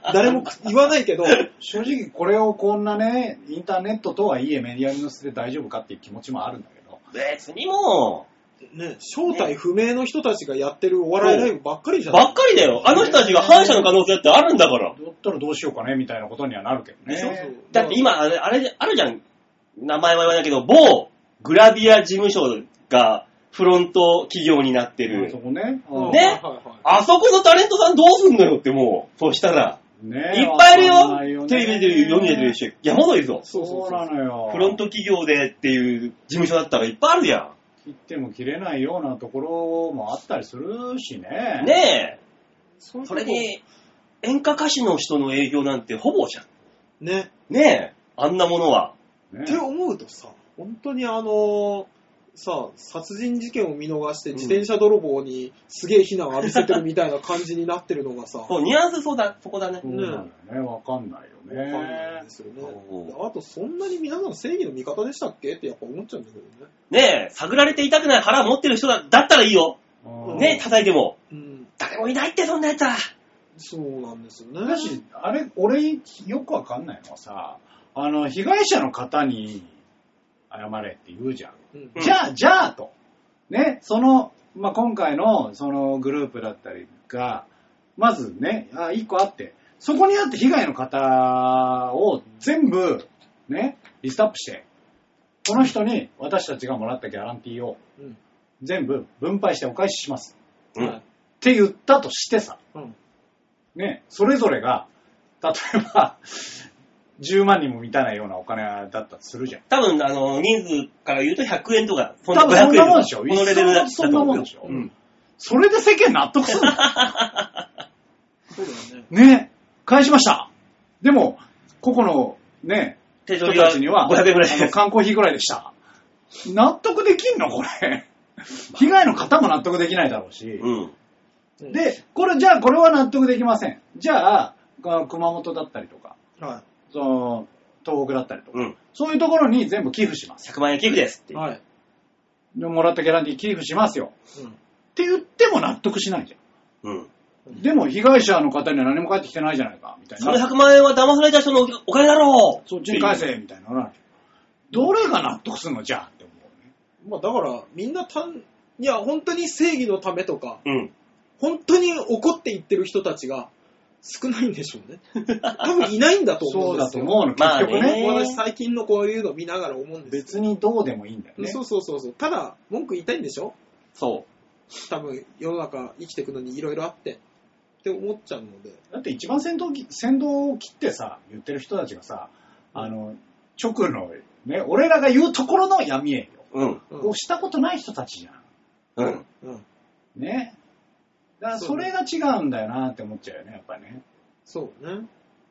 誰も言わないけど。 正直これをこんなね、インターネットとはいえメディアに載せて大丈夫かっていう気持ちもあるんだけど。 別にもう。 ね、正体不明の人たちがやってるお笑いライブばっかりじゃん。 ばっかりだよ。あの人たちが反社の可能性ってあるんだから。 だったらどうしようかねみたいなことにはなるけどね。 そうだって今、あれあるじゃん。名前は言わないけど、某グラビア事務所がフロント企業になってる。 あそこね。 ね。あそこのタレントさんどうすんのよってもう、そうしたら。 ね、 いっぱいいるよ。テレビで読んでる人、山ほどいるぞ。 そうなのよ。 フロント企業でっていう事務所だったらいっぱいあるじゃん。 切っても切れないようなところもあったりするしね。 ねえ。それに、演歌歌手の人の営業なんてほぼじゃん。 ね。 ねえ。あんなものは。 って思うとさ、本当に殺人事件を見逃して自転車泥棒にすげえ非難を浴びせてるみたいな感じになってるのがさ。 そう、ニュアンスそこだね。 ね。わかんないよね。 わかんないですよね。あと、そんなに皆さん正義の味方でしたっけってやっぱ思っちゃうんだけどね。 ねえ、探られていたくない腹を持ってる人だったらいいよ。ねえ、叩いても。誰もいないって、そんなやつは。 そうなんですよね。 だし、あれ、俺よくわかんないのはさ、被害者の方に謝れって言うじゃん。じゃあと。ね、今回のそのグループだったりが、まずね、一個あって、そこにあって被害の方を全部、ね、リストアップして、この人に私たちがもらったギャランティーを全部分配してお返しします。って言ったとしてさ、ね、それぞれが、例えば、10万にも満たないようなお金だったとするじゃん。 多分、人数から言うと100円とか、 多分そんなもんでしょ。 このレベルだそんなもんでしょ。それで世間納得するの。 そうだよね。 ね、返しました。でも、個々のね、人たちには、 500円ぐらい缶コーヒーぐらいでした。納得できんのこれ。被害の方も納得できないだろうし。で、じゃあこれは納得できません。じゃあ、熊本だったりとか、東北だったりとか、そういうところに全部寄付します。 100万円寄付ですって。 でもらったギャランティー寄付しますよ。って言っても納得しないじゃん。 でも被害者の方には何も返ってきてないじゃないか、みたいな。 その100万円は騙された人のお金だろう。 そっちに返せ、みたいな。どれが納得するのじゃあって思うね。 まあだから、みんないや、本当に正義のためとか、 うん。 本当に怒っていってる人たちが少ないんでしょうね。多分いないんだと思うんですよ。 そうだと思うの、結局ね。 私最近のこういうの見ながら思うんですよ。 別にどうでもいいんだよね。 そう。ただ、文句言いたいんでしょ？ そう。 多分、世の中生きていくのにいろいろあって、って思っちゃうので。 だって一番先導を切ってさ、言ってる人たちがさ、直の、ね、俺らが言うところの闇営業をしたことない人たちじゃん。ね。だからそれが違うんだよなって思っちゃうよね、やっぱりね。 そうね。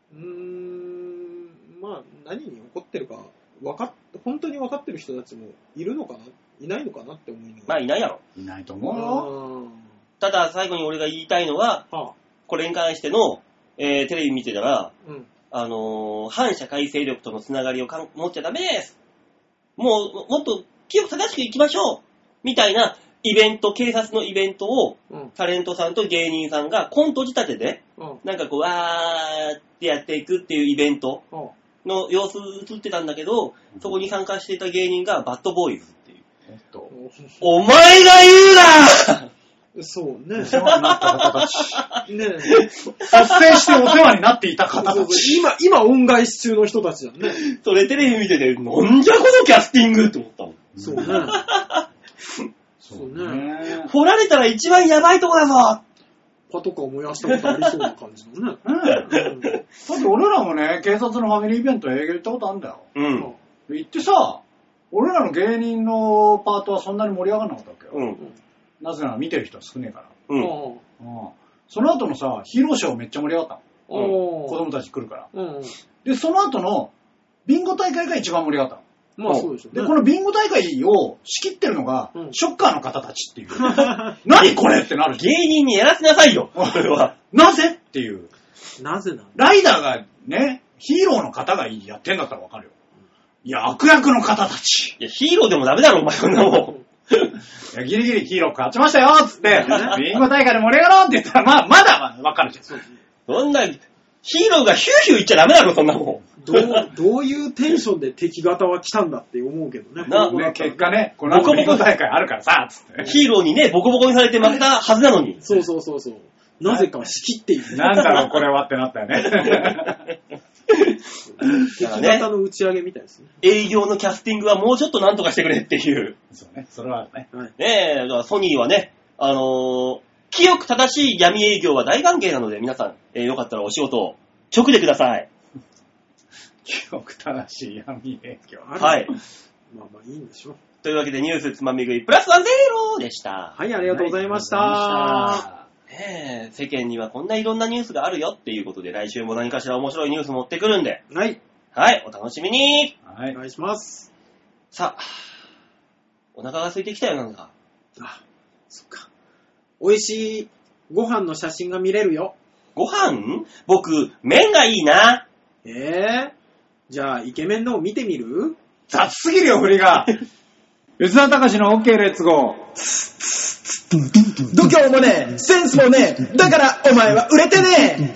まあ、何に怒ってるか、本当に分かってる人たちもいるのかな、いないのかなって思いながら。 まあ、いないやろ。 いないと思うよ。 ただ、最後に俺が言いたいのは、これに関しての、テレビ見てたら、反社会勢力とのつながりを持っちゃダメです。もっと清く正しくいきましょうみたいなイベント、警察のイベントを、タレントさんと芸人さんがコント仕立てで、なんかこう、わーってやっていくっていうイベントの様子映ってたんだけど、そこに参加していた芸人がバッドボーイズっていう。お前が言うなそうね。 お世話になった方たち。ねえ。率先してお世話になっていた方たち。 今恩返し中の人たちだね。 それテレビ見てて、なんじゃこのキャスティングって思ったもん。 そうね。そうね。 掘られたら一番やばいとこだぞパトカー燃やしたことありそうな感じだね。 だって俺らもね、警察のファミリーイベント営業行ったことあるんだよ。行ってさ、俺らの芸人のパートはそんなに盛り上がらなかったわけよ。なぜなら見てる人は少ねえから。その後のさ、ヒーローショーめっちゃ盛り上がったの。子供たち来るから。で、その後のビンゴ大会が一番盛り上がったの。 まあそうでしょうね。 で、このビンゴ大会を仕切ってるのが、ショッカーの方たちっていう。何これってなる。 芸人にやらせなさいよ。それは。 なぜっていう。 なぜなの？ ライダーがね、ヒーローの方がやってんだったらわかるよ。いや、悪役の方たち。 いや、ヒーローでもダメだろ、お前そんなもん。 いやギリギリヒーロー勝ちましたよっつって、ビンゴ大会で盛り上がろうって言ったら、まだわかるじゃん。 そんな、ヒーローがヒューヒュー言っちゃダメだろ、そんなもん。 どういうテンションで敵方は来たんだって思うけどね。 結果ね、この後ビンゴ大会あるからさ、つって。 ヒーローにね、ボコボコにされて負けたはずなのに。 そう。なぜか仕切っている。 なんだろう、これはってなったよね。 敵方の打ち上げみたいですね。 営業のキャスティングはもうちょっとなんとかしてくれっていう。 そうね、それはね。 ねえ、だからソニーはね、清く正しい闇営業は大歓迎なので、皆さん、よかったらお仕事を直でください。 清く正しい闇営業。 はい。 まあいいんでしょう。 というわけでニュースつまみ食いプラス10でした。 はい、ありがとうございました。 ねえ、世間にはこんないろんなニュースがあるよっていうことで、来週も何かしら面白いニュース持ってくるんで。 はい。 はい、お楽しみに。 はい。お願いします。 さあ、お腹が空いてきたよ、なんか。 あ、そっか。美味しいご飯の写真が見れるよ。 ご飯？僕、麺がいいな。 じゃあ、イケメンのを見てみる？ 雑すぎるよ、振りが。吉田隆の OK レッツゴー。 度胸もねえ、センスもねえ、だからお前は売れてねえ。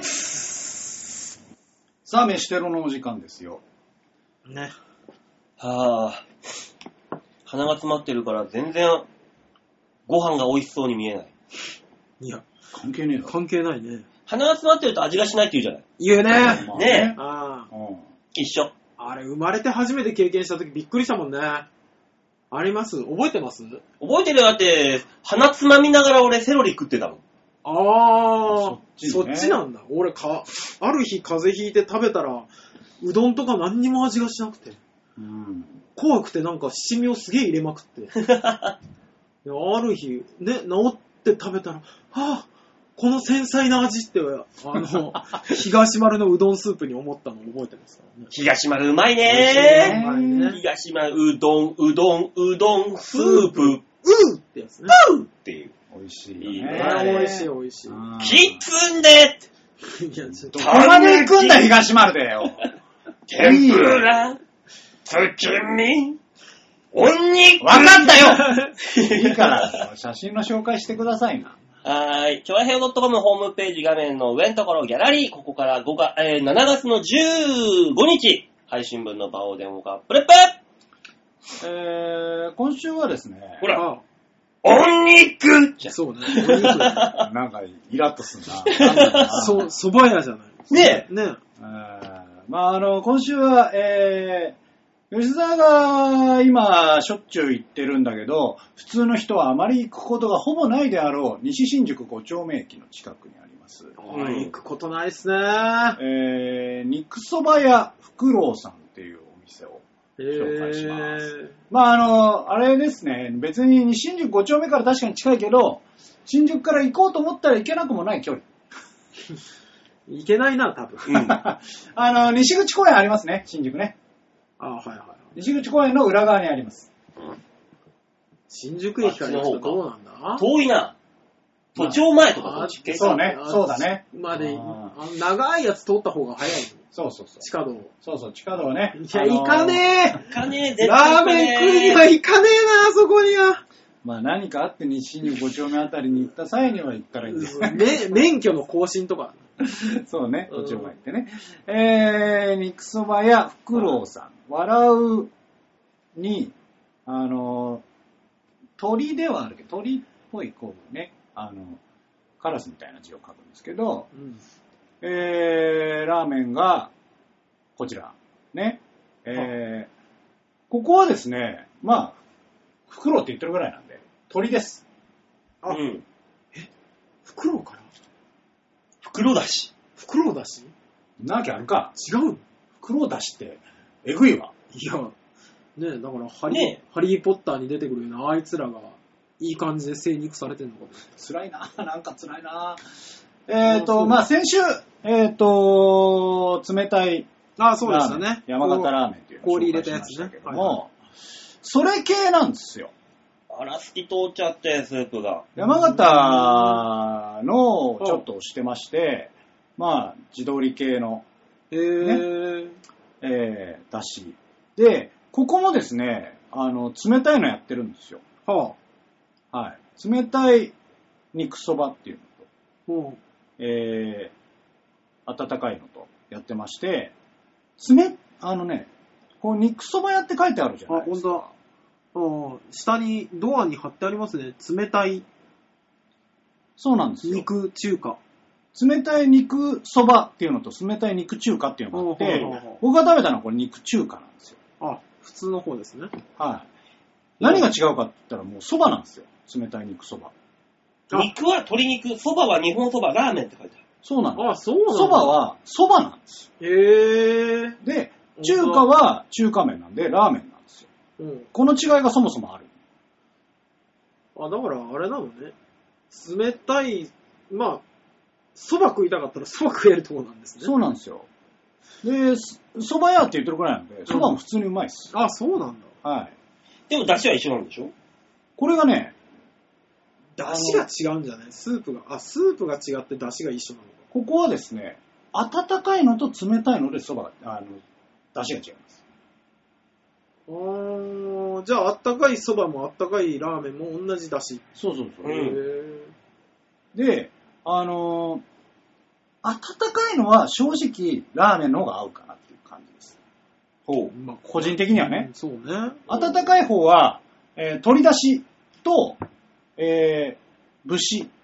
さあ、飯テロのお時間ですよ。 ね。 はあ、鼻が詰まってるから全然ご飯が美味しそうに見えない。 いや、 関係ねえだろ。 関係ないね。 鼻が詰まってると味がしないって言うじゃない。 言うね。 ねえ。 ああ。 一緒。 あれ、生まれて初めて経験した時びっくりしたもんね。あります？覚えてます？ 覚えてるよ。だって、鼻つまみながら俺セロリ食ってたもん。 ああ、そっちなんだ。俺ある日風邪ひいて食べたら、うどんとか何にも味がしなくて。怖くてなんか七味をすげえ入れまくって。ある日、ね、治って食べたら、この繊細な味って、東丸のうどんスープに思ったのを覚えてますからね。 東丸うまいねー。うまいね。 東丸うどんスープ。 ってやつね。 っていう。 美味しいよね。 いいね。 美味しい美味しい。 きつんでいや、ちょっと。 どこまで行くんだ、東丸でよ。 天ぷら、月見、お肉。 わかったよいいから、写真の紹介してくださいな。 はい。ちょわへよ .com ホームページ画面の上のところギャラリー、ここから7月の15日、配信分の場を電話がプレップ。 今週はですね、 ほら、お肉そうね、お肉。 なんか、イラッとすんな。 蕎麦屋じゃない。 ねえ。ねまあ、今週は、吉沢が今、しょっちゅう行ってるんだけど、普通の人はあまり行くことがほぼないであろう、西新宿5丁目駅の近くにあります。 行くことないっすね。 肉そば屋フクロウさんっていうお店を紹介します。まあ、あれですね、別に西新宿5丁目から確かに近いけど、新宿から行こうと思ったら行けなくもない距離。 行けないな、多分。 西口公園ありますね、新宿ね。 はいはい。 西口公園の裏側にあります。 新宿駅から行くとどうなんだ？ 遠いな。都庁前とかどっちっけ？ そうね、そうだね。 まで、長いやつ通った方が早い。 そう。 地下道。 そう、地下道ね。 いや、行かねえ。 行かねえ、絶対ラーメン食いには行かねえな、そこには。 まあ何かあって西新宿5丁目あたりに行った際には行ったらいいんです。 免許の更新とか。 そうね、途中まで行ってね。肉そば屋フクロウさん。笑うに、鳥ではあるけど、鳥っぽいこうね、カラスみたいな字を書くんですけど、ラーメンが、こちら。ね。ここはですね、まあ、フクロウって言ってるぐらいなんで、鳥です。 フクロウから袋だし。 袋だしなわけあるか。 違うの？ 袋だしって、えぐいわ。 いや、ねえ、だからハリーポッターに出てくるようなあいつらが、いい感じで精肉されてんのかな。 辛いな、なんか辛いな。まあ先週、冷たい、 そうでしたね。 山形ラーメンっていうのを氷入れ紹介しましたたやつね。 けども、それ系なんですよ。 あら、透き通っちゃって、スープが。 山形のちょっとしてまして、まあ、地鶏系の、だし。で、ここもですね、冷たいのやってるんですよ。はい。冷たい肉そばっていうのと、温かいのとやってまして、こう肉そば屋って書いてあるじゃないですか。 下に、ドアに貼ってありますね。冷たい。 そうなんですよ。 肉中華。 冷たい肉そばっていうのと冷たい肉中華っていうのがあって、僕が食べたのはこれ肉中華なんですよ。 普通の方ですね。 はい。何が違うかって言ったらもうそばなんですよ。冷たい肉そば。 肉は鶏肉、そばは日本そば、ラーメンって書いてある。 そうなんです。 そうなんだ。 そばはそばなんですよ。で、中華は中華麺なんでラーメンなんですよ。この違いがそもそもある。 だからあれなのね。冷たい、まあ、そば食いたかったらそば食えるとこなんですね。 そうなんですよ。で、そば屋って言ってるくらいなんで、そばも普通にうまいっす。 そうなんだ。 はい。 でも出汁は一緒なんでしょ？ これがね、 出汁が違うんじゃない？スープが違って出汁が一緒なのか。 ここはですね、温かいのと冷たいのでそば、出汁が違います。 じゃあ、あったかいそばもあったかいラーメンも同じ出汁。 そう。で、温かいのは正直ラーメンの方が合うかなっていう感じです。まあ、個人的にはね。 そうね。 温かい方は、鶏だしと、節。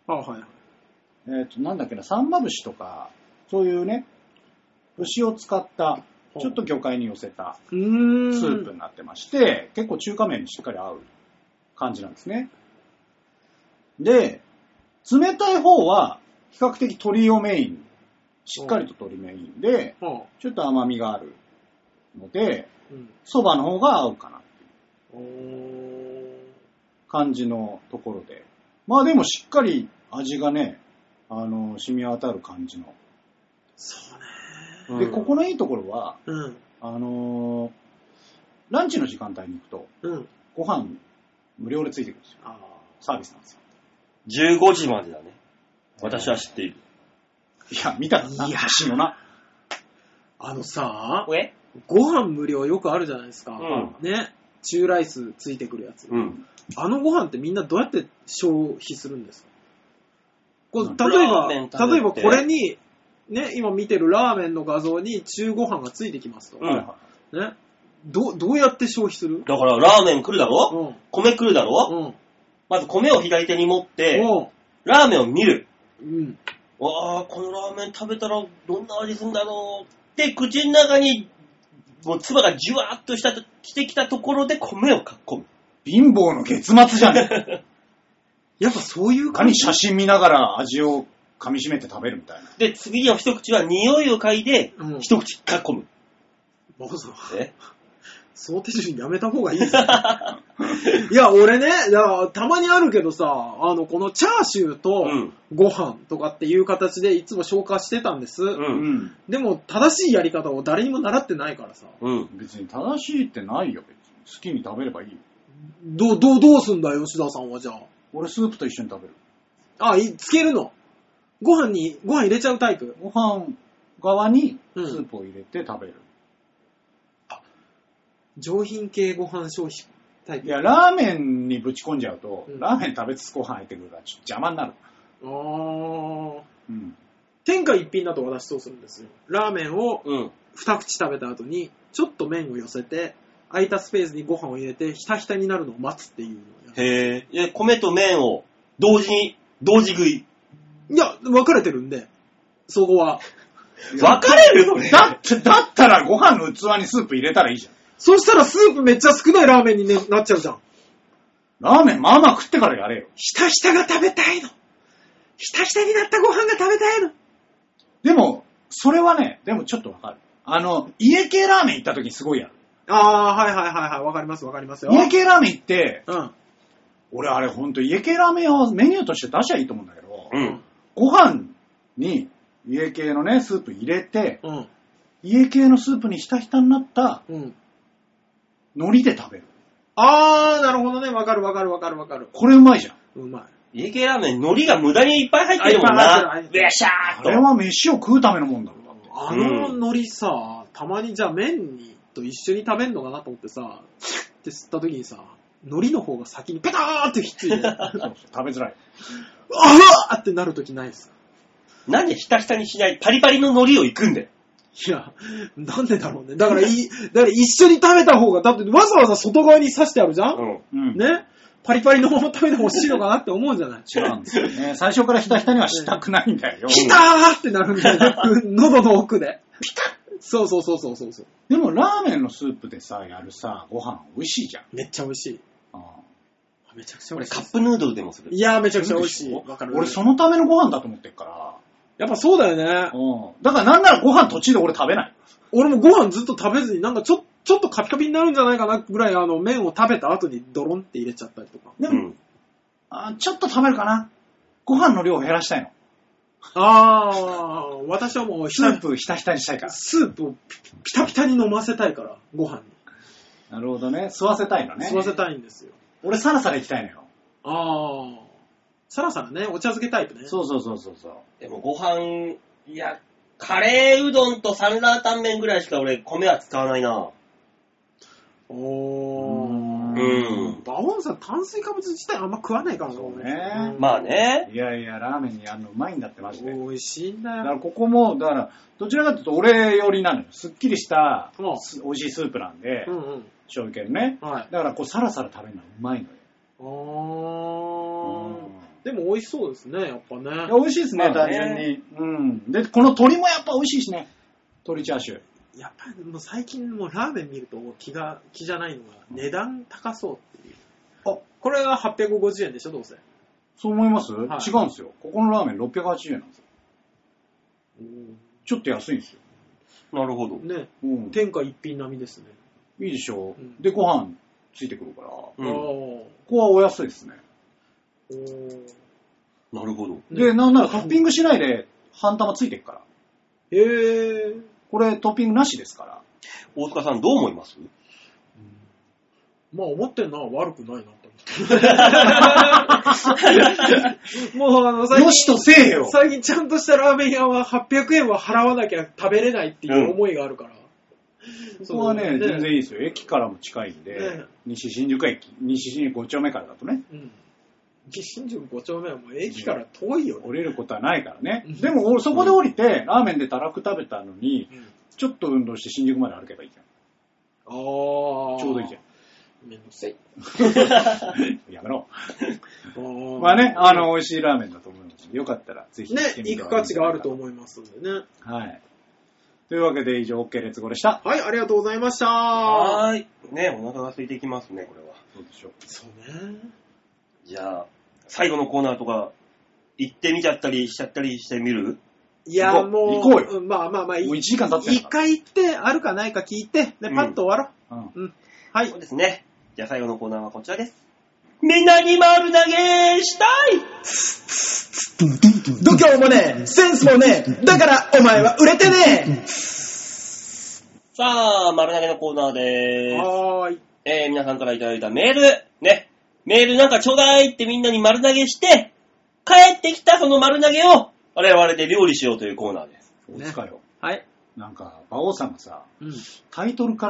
なんだっけな、サンマ節とか、そういうね、節を使った、ちょっと魚介に寄せたスープになってまして、結構中華麺にしっかり合う感じなんですね。で、冷たい方は比較的鶏をメイン、しっかりと鶏メインで、ちょっと甘みがあるので、そばの方が合うかなっていう感じのところで。まあでもしっかり味がね、染み渡る感じの。 そうね。 で、ここのいいところは、ランチの時間帯に行くと、ご飯無料でついてくるんですよ。サービスなんですよ。 15時までだね。私は知っている。 いや、見たらな、写真をな。 ご飯無料よくあるじゃないですか。ね。チューライスついてくるやつ。あのご飯ってみんなどうやって消費するんですか？ 例えばこれに、ね、今見てるラーメンの画像に中ご飯がついてきますと。ね。どうやって消費する？ だからラーメン来るだろ、米来るだろ、まず米を左手に持って、ラーメンを見る。わあ、このラーメン食べたらどんな味するんだろうって口の中にもう唾がじゅわーっとしてきたところで米をかっこむ。 貧乏の月末じゃねやっぱそういう感じ。 写真見ながら味を噛み締めて食べるみたいな。 で、次の一口は匂いを嗅いで、一口かっこむ。 バカさん。その手順やめた方がいいですね。いや、俺ね、たまにあるけどさ、このチャーシューとご飯とかっていう形でいつも消化してたんです。でも、正しいやり方を誰にも習ってないからさ。 別に正しいってないよ、別に。好きに食べればいいよ。 どうすんだよ、吉田さんはじゃあ。 俺スープと一緒に食べる。 つけるの。ご飯入れちゃうタイプ。 ご飯側にスープを入れて食べる。 上品系ご飯消費タイプ。 いや、ラーメンにぶち込んじゃうと、ラーメン食べつつご飯入ってくるからちょっと邪魔になる。 天下一品だと私そうするんですよ。ラーメンを二口食べた後にちょっと麺を寄せて空いたスペースにご飯を入れてひたひたになるのを待つっていうのをやる。 へぇ。米と麺を同時食い。 いや、分かれてるんで、そこは。 分かれるのね。 だったらご飯の器にスープ入れたらいいじゃん。 そしたらスープめっちゃ少ないラーメンに、なっちゃうじゃん。 ラーメンまあまあ食ってからやれよ。 ひたひたが食べたいの。ひたひたになったご飯が食べたいの。 でも、それはね、でもちょっとわかる。家系ラーメン行った時にすごいやる。 はい。わかりますよ。 家系ラーメン行って、俺あれほんと家系ラーメンをメニューとして出しゃいいと思うんだけど、ご飯に家系のね、スープ入れて、家系のスープにひたひたになった、海苔で食べる。 なるほどね。わかる。 これうまいじゃん。 うまい。家系ラーメン、海苔が無駄にいっぱい入ってるもんな。べしゃーっと。 あれは飯を食うためのもんだろ。 海苔さ、たまにじゃあ麺と一緒に食べんのかなと思ってさ、って吸った時にさ、海苔の方が先にペターってひっついて、 食べづらい。 あーってなる時ないですか？ なんでひたひたにしないパリパリの海苔をいくんだよ。 いや、なんでだろうね。だから一緒に食べた方が、だってわざわざ外側に刺してあるじゃん？ね？パリパリのまま食べてほしいのかなって思うじゃない？ 違うんですよね。最初からひたひたにはしたくないんだよ。 ひたーってなるんだよね。喉の奥で。ピタッ。そう。 でもラーメンのスープでさ、やるさ、ご飯美味しいじゃん。 めっちゃ美味しい。めちゃくちゃ美味しい。 俺カップヌードルでもする。 いや、めちゃくちゃ美味しい。わかる。 俺そのためのご飯だと思ってるから。 やっぱそうだよね。 だからなんならご飯途中で俺食べない。 俺もご飯ずっと食べずに、なんかちょっとカピカピになるんじゃないかなぐらい麺を食べた後にドロンって入れちゃったりとか。 でも、ちょっと食べるかな。ご飯の量を減らしたいの。 私はもうスープひたひたにしたいから。 スープをピタピタに飲ませたいから、ご飯に。 なるほどね。吸わせたいのね。 吸わせたいんですよ。 俺サラサラ行きたいのよ。 サラサラね、お茶漬けタイプね。 そう。 でもご飯、いや、カレーうどんとサンラータンメンぐらいしか俺米は使わないな。 バオンさん炭水化物自体あんま食わないからね。 そうね。 まあね。 いや、ラーメンにやるのうまいんだってマジで。 美味しいんだよ。 だからここも、どちらかというと俺寄りなのよ。すっきりした美味しいスープなんで、醤油系ね。だからこうサラサラ食べるのはうまいのよ。 でも美味しそうですね、やっぱね。 美味しいですね、単純に。で、この鶏もやっぱ美味しいしね。鶏チャーシュー。 やっぱりもう最近もうラーメン見ると気じゃないのが値段高そうっていう。これが850円でしょ、どうせ。 そう思います？違うんですよ。ここのラーメン680円なんですよ。ちょっと安いんですよ。 なるほど。 ね。天下一品並みですね。 いいでしょ。で、ご飯ついてくるから。ここはお安いですね。 なるほど。 で、なんならトッピングしないで半玉ついてくから。これトッピングなしですから。 大塚さんどう思います？ まあ思ってんのは悪くないなと思って。もうよしとせえよ。 最近ちゃんとしたラーメン屋は800円は払わなきゃ食べれないっていう思いがあるから。 そこはね、全然いいですよ。駅からも近いんで、西新宿5丁目からだとね。 新宿5丁目はもう駅から遠いよ、ね。 降りることはないからね。でも、そこで降りて、ラーメンでたらふ食べたのに、ちょっと運動して新宿まで歩けばいいじゃん。ちょうどいいじゃん。 めんどくさい。 やめろ。まあね、美味しいラーメンだと思いますので、よかったらぜひね、行く価値があると思いますんでね。 はい。というわけで以上、OK レッツゴーでした。 はい、ありがとうございました。 はーい。ね、お腹が空いてきますね、これは。 そうでしょう。 そうね。 じゃあ、最後のコーナーとか、行ってみちゃったりしちゃったりしてみる？ いや、もう、 行こうよ。 まあ、 もう1時間経ってる一回行って、あるかないか聞いて、で、パッと終わろう。うん。はい。 そうですね。じゃあ最後のコーナーはこちらです。みんなに丸投げしたい度胸もねえ、センスもねえ、だからお前は売れてねえ。 さあ、丸投げのコーナーでーす。 はーい。 皆さんからいただいたメール、ね。メールなんかちょうだいってみんなに丸投げして、帰ってきたその丸投げを我々で料理しようというコーナーです。 そうですかよ。 はい。 なんか、馬王さんがさ、タイトルから、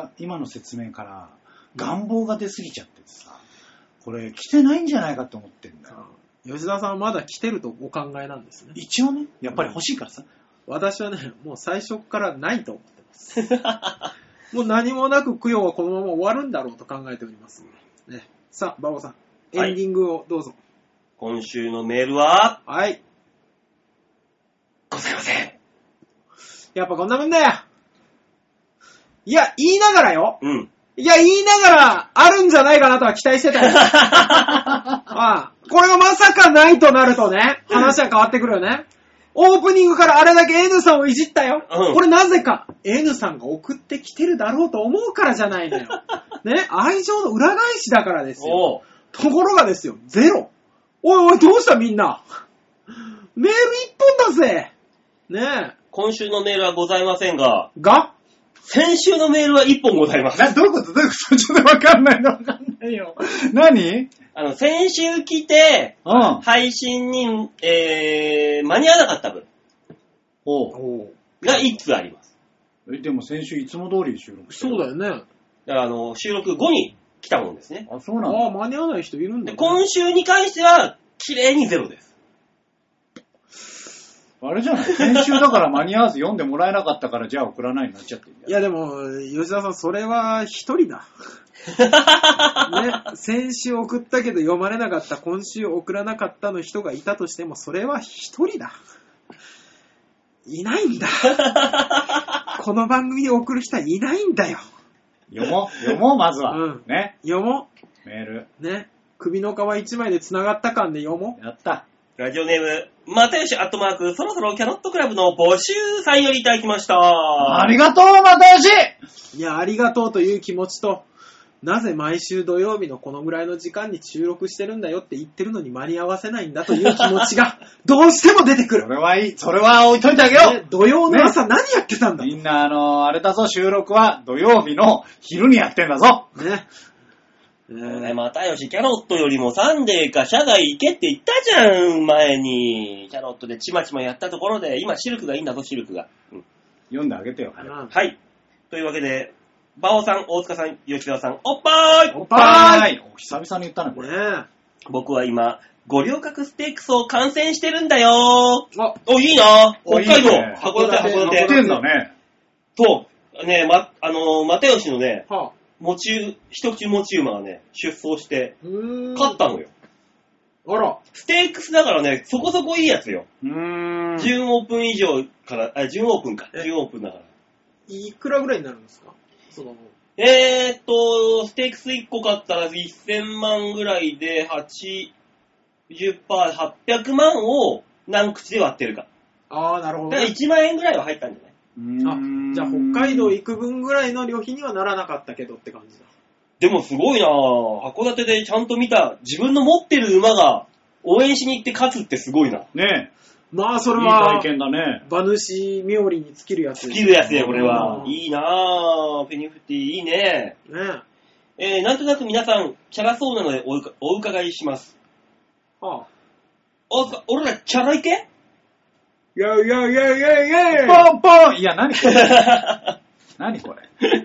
今の説明から、願望が出すぎちゃってさ、これ来てないんじゃないかと思ってんだよ。 吉田さんはまだ来てるとお考えなんですね。 一応ね、やっぱり欲しいからさ。 私はね、もう最初からないと思ってます。もう何もなく供養はこのまま終わるんだろうと考えております。ね、さあ、馬王さん、エンディングをどうぞ。はい、 今週のメールは、 はい。 ございません。 やっぱこんなもんだよ。いや、言いながらよ。 うん。 いや、言いながら、あるんじゃないかなとは期待してたよ。ああ、これがまさかないとなるとね、話は変わってくるよね。オープニングからあれだけ N さんをいじったよ。これなぜか、N さんが送ってきてるだろうと思うからじゃないのよ。ね、愛情の裏返しだからですよ。ところがですよ、ゼロ。おいおい、どうしたみんな。メール一本だぜ。ねえ。 今週のメールはございませんが、先週のメールは1本ございます。 どういうことちょっとわかんないよ。何？ 先週来て、配信に、間に合わなかった分が1つあります。 でも先週いつも通り収録してる。 そうだよね。 だから収録後に来たもんですね。 あ、そうなんだ。ああ、間に合わない人いるんだ、ね。 で今週に関しては、綺麗にゼロです。 あれじゃない先週だから間に合わず読んでもらえなかったからじゃあ送らないになっちゃってるんだよ。 いやでも、吉田さんそれは一人だ。ね、先週送ったけど読まれなかった、今週送らなかったの人がいたとしても、それは一人だ。いないんだ。この番組に送る人はいないんだよ。 読もう、まずは。 うん。 ね。 読もう。メール。 ね。首の皮一枚で繋がった感で読もう。 やった。 ラジオネーム、またよし@そろそろキャロットクラブの募集さんよりいただきました。 ありがとう、またよし。 いや、ありがとうという気持ちと、なぜ毎週土曜日のこのぐらいの時間に収録してるんだよって言ってるのに間に合わせないんだという気持ちが、どうしても出てくる。 それはいい。それは置いといてあげよう。 ね、土曜の朝何やってたんだ、 みんな、あれだぞ、収録は土曜日の昼にやってんだぞ。 ね。またよし、キャロットよりもサンデーか社外行けって言ったじゃん、前に。キャロットでちまちまやったところで、今シルクがいいんだぞ、シルクが。うん、 読んであげてよ。 はい。というわけで、バオさん、大塚さん、吉田さん、おっぱーいおっぱーい久々に言ったね、これ。 僕は今、五稜郭ステークスを観戦してるんだよー。お、いいな北海道、函館。 行ってんだね。 そう。ね又吉のね、一口持ち馬がね、出走して、勝ったのよ。 あら。 ステークスだからね、そこそこいいやつよ。準オープン以上から、準オープンだから。いくらぐらいになるんですか？ ステークス1個買ったら1000万ぐらいで、10%、800万を何口で割ってるか。 ああ、なるほど、ね。 だから1万円ぐらいは入ったんじゃない？ じゃあ北海道行く分ぐらいの旅費にはならなかったけどって感じだ。 でもすごいなぁ。函館でちゃんと見た自分の持ってる馬が応援しに行って勝つってすごいな。 ねえ。 まあそれは、 いい体験だね。 馬主冥利に尽きるやつ。 尽きるやつや、これは。いいなぁ。フェニフティいいね。 ねなんとなく皆さん、チャラそうなのでお伺いします。 はあ。 俺らチャラいけ？ いやいやいやいやいやいやポンポンいや、何これ何これ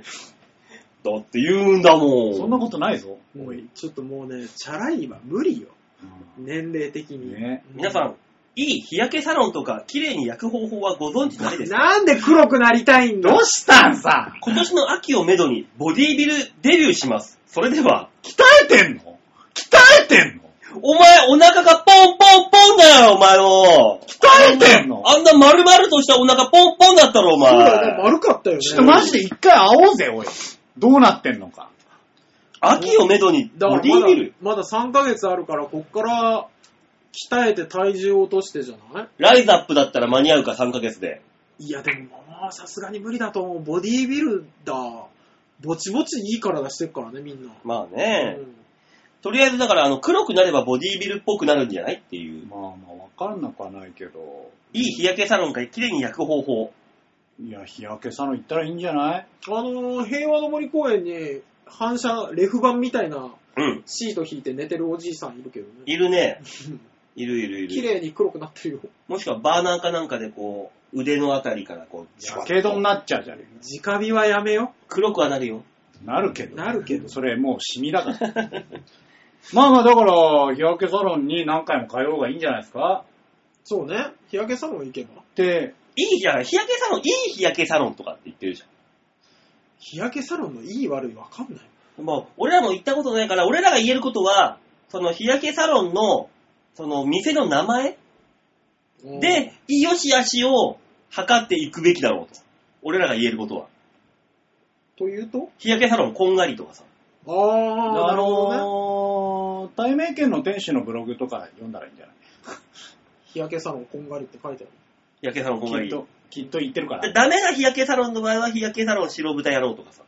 だって言うんだもん。 そんなことないぞ。 ちょっともうね、チャラいは無理よ。 年齢的に。 ね、皆さん、いい日焼けサロンとか綺麗に焼く方法はご存知ないですか？ なんで黒くなりたいんだ？ どうしたんさ。 今年の秋をめどにボディビルデビューします。それでは。 鍛えてんの？ お前お腹がポンポンポンだよ、お前の。 鍛えてんの？ あんな丸々としたお腹ポンポンだったろ、お前。 そうだよね、丸かったよね。 ちょっとマジで一回会おうぜ、おい。どうなってんのか。 秋をめどにボディビル。 まだ3ヶ月あるから、こっから鍛えて体重を落としてじゃない？ ライズアップだったら間に合うか、3ヶ月で。 いや、でももうさすがに無理だと思う。ボディビルだ。ぼちぼちいい体してるからね、みんな。 まあね。とりあえずだから黒くなればボディビルっぽくなるんじゃないっていう。 まあまあわかんなくはないけど。 いい日焼けサロンか綺麗に焼く方法。 いや、日焼けサロン行ったらいいんじゃない？ 平和の森公園に反射レフ板みたいなシート引いて寝てるおじいさんいるけどね。 いるね。いる。 綺麗に黒くなってるよ。 もしくはバーナーかなんかでこう腕のあたりからこう。 やけどになっちゃうじゃねえか。直火はやめよ。 黒くはなるよ。 なるけど。 それもうシミだから。まあまあだから日焼けサロンに何回も通う方がいいんじゃないですか？ そうね。日焼けサロン行けば。 で、いい日焼けサロン、いい日焼けサロンとかって言ってるじゃん。 日焼けサロンのいい悪いわかんない。 もう俺らも行ったことないから、俺らが言えることは、その日焼けサロンのその店の名前で良し悪しを測っていくべきだろうと。俺らが言えることは。 というと？ 日焼けサロンこんがりとかさ。 なるほどね。 対名県の店主のブログとか読んだらいいんじゃない？ 日焼けサロンこんがりって書いてある。 日焼けサロンこんがり。 きっと言ってるから。 ダメな日焼けサロンの場合は日焼けサロン白豚やろうとかさ。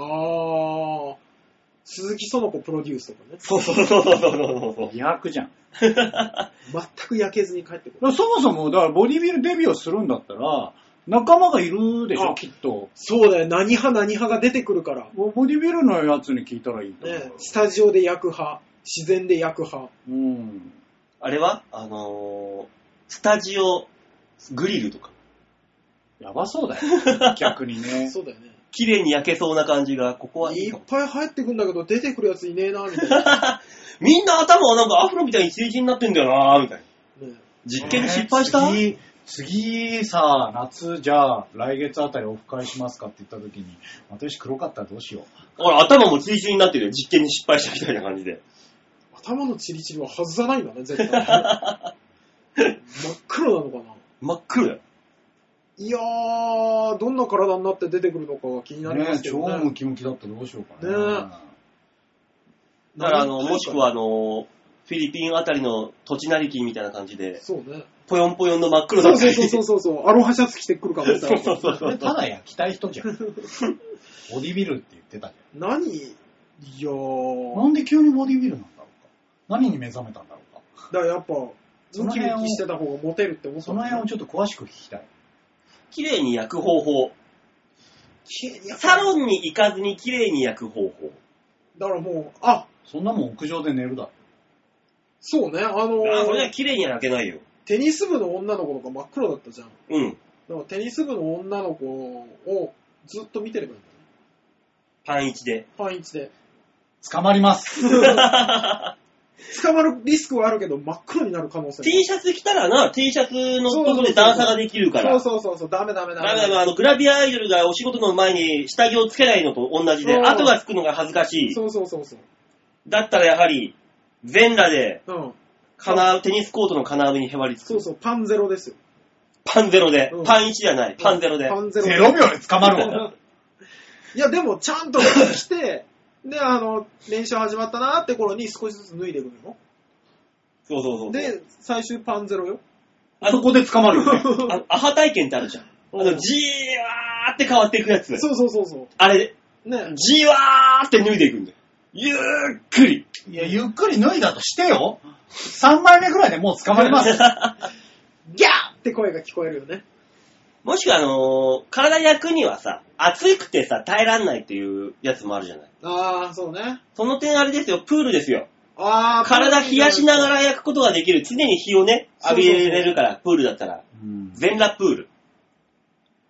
鈴木園子プロデュースとかね。 そう。 疑惑じゃん。 全く焼けずに帰ってくる。 そもそも、だからボディビルデビューをするんだったら、仲間がいるでしょ、きっと。 そうだよ、何派が出てくるから。 ボディビルのやつに聞いたらいいと思う。 ね、スタジオで焼く派、自然で焼く派。 あれはスタジオグリルとか。 やばそうだよ。逆にね。 そうだよね。 綺麗に焼けそうな感じが、ここはいい。 いっぱい入ってくんだけど、出てくるやついねえな、みたいな。 みんな頭はなんかアフロみたいにチリチリになってんだよな、みたいな。ね、実験で失敗した？ 次さ、夏、じゃあ、来月あたりオフ会しますかって言った時に、私黒かったらどうしよう。 俺、頭もチリチリになってるよ。実験に失敗したみたいな感じで。 頭のチリチリは外さないんだね、絶対。真っ黒なのかな？ 真っ黒だよ。 いやー、どんな体になって出てくるのかが気になりますけどね。 超ムキムキだったらどうしようかね。 だからもしくはフィリピンあたりの土地なりきみたいな感じで、 そうね。 ぽよんぽよんの真っ黒だったり。 そう。アロハシャツ着てくるかもしれない。 そう。 ただ焼きたい人じゃん。ボディビルって言ってたじゃん。 何？いやー。 なんで急にボディビルなんだろうか。何に目覚めたんだろうか。 だからやっぱ、ムキムキしてた方がモテるって思った。 その辺をちょっと詳しく聞きたい。 綺麗に焼く方法。サロンに行かずに綺麗に焼く方法。 だからもう、 そんなもん屋上で寝るだ。 こそうね、 れは綺麗には焼けないよ。 テニス部の女の子とか真っ黒だったじゃん。 うん。 だからテニス部の女の子をずっと見てればいいんだね。 パン1で。 パン1で。 捕まります。 捕まるリスクはあるけど真っ黒になる可能性。 T シャツ着たらな、T シャツのところで段差ができるから。 そう、ダメ。 グラビアアイドルがお仕事の前に下着をつけないのと同じで、跡がつくのが恥ずかしい。 そう。 だったらやはり、全裸で、テニスコートの金網にへばりつく。 そう、パンゼロですよ。 パンゼロで。パン1じゃない。パンゼロで。 0秒で捕まるわ。 いや、でもちゃんと着て、で、練習始まったなーって頃に少しずつ脱いでいくのよ。 そう。 で、最終パンゼロよ。 そこで捕まるよね。 アハ体験ってあるじゃん。じーわーって変わっていくやつ。 そう。 あれ、 ね、 じーわーって脱いでいくんだよ。ゆっくり。 いや、ゆっくり脱いだとしてよ。3枚目ぐらいでもう捕まります。 ギャーって声が聞こえるよね。 もしくは体焼くにはさ、暑くてさ、耐えらんないっていうやつもあるじゃない。 そうね。 その点あれですよ、プールですよ。体冷やしながら焼くことができる。常に火をね、浴びれるから、プールだったら。全裸プール。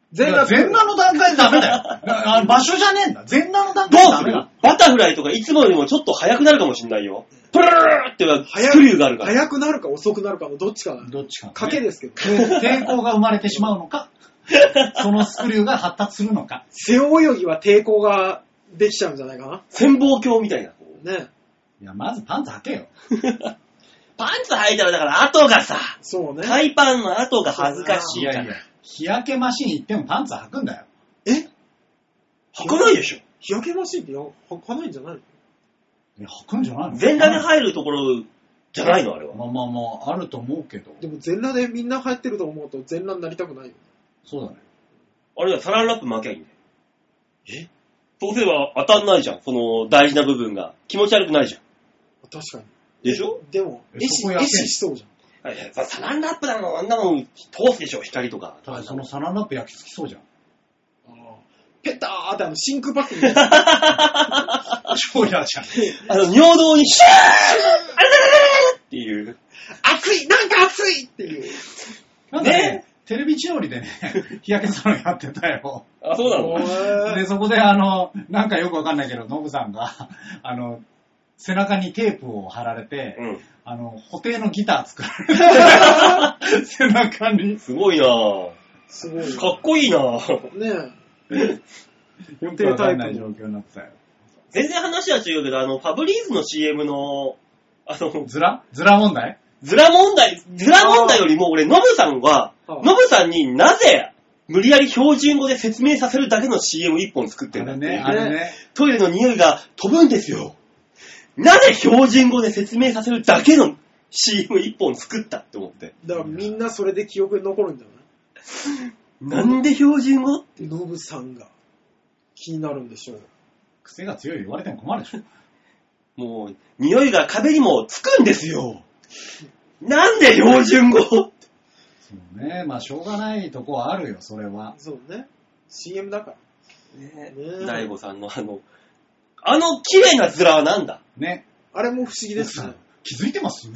全裸の段階でダメだよ。場所じゃねえんだ。全裸の段階でダメだ。 バタフライとかいつもよりもちょっと速くなるかもしんないよ。プルルルルってスクリューがあるから。 速くなるか遅くなるかのどっちかな。 どっちか、ね。 賭けですけど。 抵抗が生まれてしまうのか、そのスクリューが発達するのか。 背泳ぎは抵抗ができちゃうんじゃないかな。 潜望鏡みたいな。 ね。 いや、まずパンツ履けよ。 パンツ履いたらだから後がさ、 そうね。 タイパンの後が恥ずかしいから。いやいや、 日焼けマシン行ってもパンツ履くんだよ。 履かないでしょ。 日焼けマシンって履かないんじゃないの？ いや、履くんじゃないの？ 全裸で入るところじゃないのあれは。 まあ、あると思うけど。 でも全裸でみんな入ってると思うと全裸になりたくないよ。 そうだね。 あれはサランラップ巻きゃいいんだよ。そうすれば当たんないじゃん。その大事な部分が。気持ち悪くないじゃん。 確かに。 でしょ？ でも、壊死しそうじゃん。 サランラップだもん、あんなもん通すでしょ、光とか。 ただそのサランラップ焼き付きそうじゃん。 ペターって真空パックみたいな。 超嫌じゃん。 尿道にシャーあれっていう。 熱いなんか熱いっていう。 なんかね、テレビ千鳥でね、日焼けサロンやってたよ。 あ、そうなの？ で、そこでなんかよくわかんないけど、ノブさんが、背中にテープを貼られて、補定のギター作られて、背中に。 すごいなぁ。すごい。かっこいいなぁ。 ねえ。よくわかんない状況になってたよ。 全然話は違うけど、ファブリーズの CM の、 ズラ問題よりも俺、ノブさんは、ノブさんになぜ、無理やり標準語で説明させるだけの CM 一本作ってるんだって。 あれね。 トイレの匂いが飛ぶんですよ。なぜ標準語で説明させるだけの CM 一本作ったって思って。 だからみんなそれで記憶に残るんじゃない？なんで標準語って。 ノブさんが気になるんでしょう。 癖が強い言われても困るでしょ。 もう、匂いが壁にもつくんですよ。なんで標準語？ そうね。まあ、しょうがないとこはあるよ、それは。 そうね。CM だから。ねえ。大悟さんの綺麗な面はなんだ？ ね。 あれも不思議ですね。 気づいてます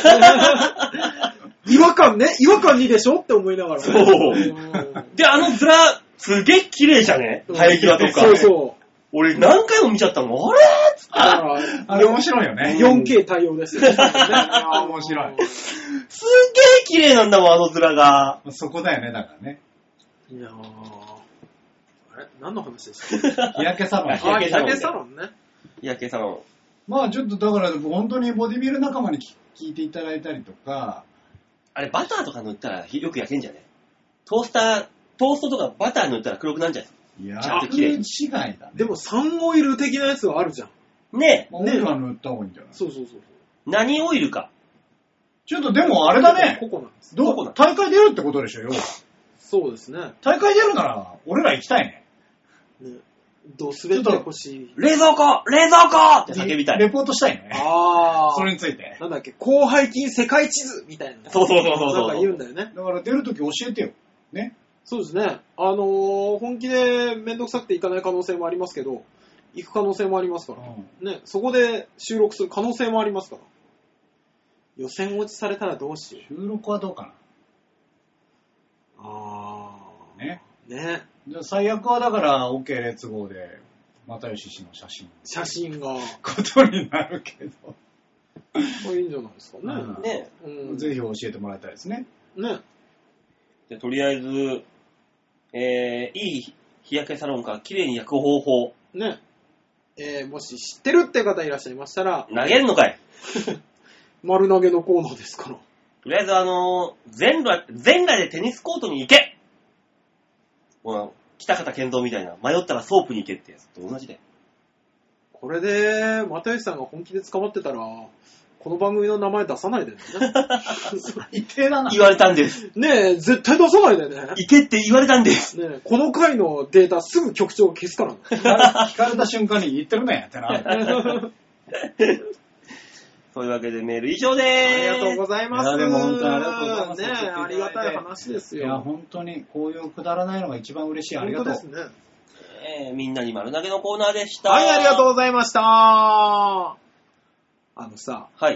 違和感にでしょって思いながら。 そう。で、面、すげえ綺麗じゃね？生え際とか。 そうそう。 俺何回も見ちゃったの。 あれ面白いよね。 4K 対応ですよね。 面白い。 すげえ綺麗なんだもん、面が。 そこだよね、だからね。 いやー。あれ何の話でした日焼けサロン。 日焼けサロンね。 日焼けサロン。 まあちょっとだから本当にボディビル仲間に聞いていただいたりとか。 あれバターとか塗ったらよく焼けんじゃね？トーストとかバター塗ったら黒くなるんじゃない？ いやー、違いだね。 でもサンオイル的なやつはあるじゃん。 ねえ。オイルは塗った方がいいんじゃない？ そう。 何オイルか。 ちょっとでもあれだね。 ココナッツ。 大会出るってことでしょ、要は。 そうですね。 大会出るなら、俺ら行きたいね。 どうすべて欲しい。 冷蔵庫って叫びたい。 レポートしたいね。 ああ。 それについて。 なんだっけ、広背筋世界地図みたいな。 そう。 なんか言うんだよね。 だから出るとき教えてよ。ね。 そうですね。本気でめんどくさくて行かない可能性もありますけど、行く可能性もありますから。ね。そこで収録する可能性もありますから。予選落ちされたらどうしよう。収録はどうかな。 ね。 じゃあ最悪はだから OK 列号で又吉氏の写真がことになるけどいいんじゃないですかね。 ぜひ教えてもらいたいですね。 ね。 じゃとりあえずいい日焼けサロンか綺麗に焼く方法ね。もし知ってるって方いらっしゃいましたら投げんのかい丸投げのコーナーですから。 とりあえず全裸でテニスコートに行け。北方健三みたいな迷ったらソープに行けってやつと同じで。 これで又吉さんが本気で捕まってたらこの番組の名前出さないでね。 最低だな。 言われたんです。 ねえ、絶対出さないでね。 行けって言われたんです。 ねえ、この回のデータすぐ局長消すから。 聞かれた瞬間に言ってるねってな。 そういうわけでメール以上でーす。 ありがとうございます。 いやでも本当にありがとうございます。 ねえ、ありがたい話ですよ。 いや本当にこういうくだらないのが一番嬉しい。ありがとう。 本当ですね。 みんなに丸投げのコーナーでした。 はい、ありがとうございました。さ、 はい。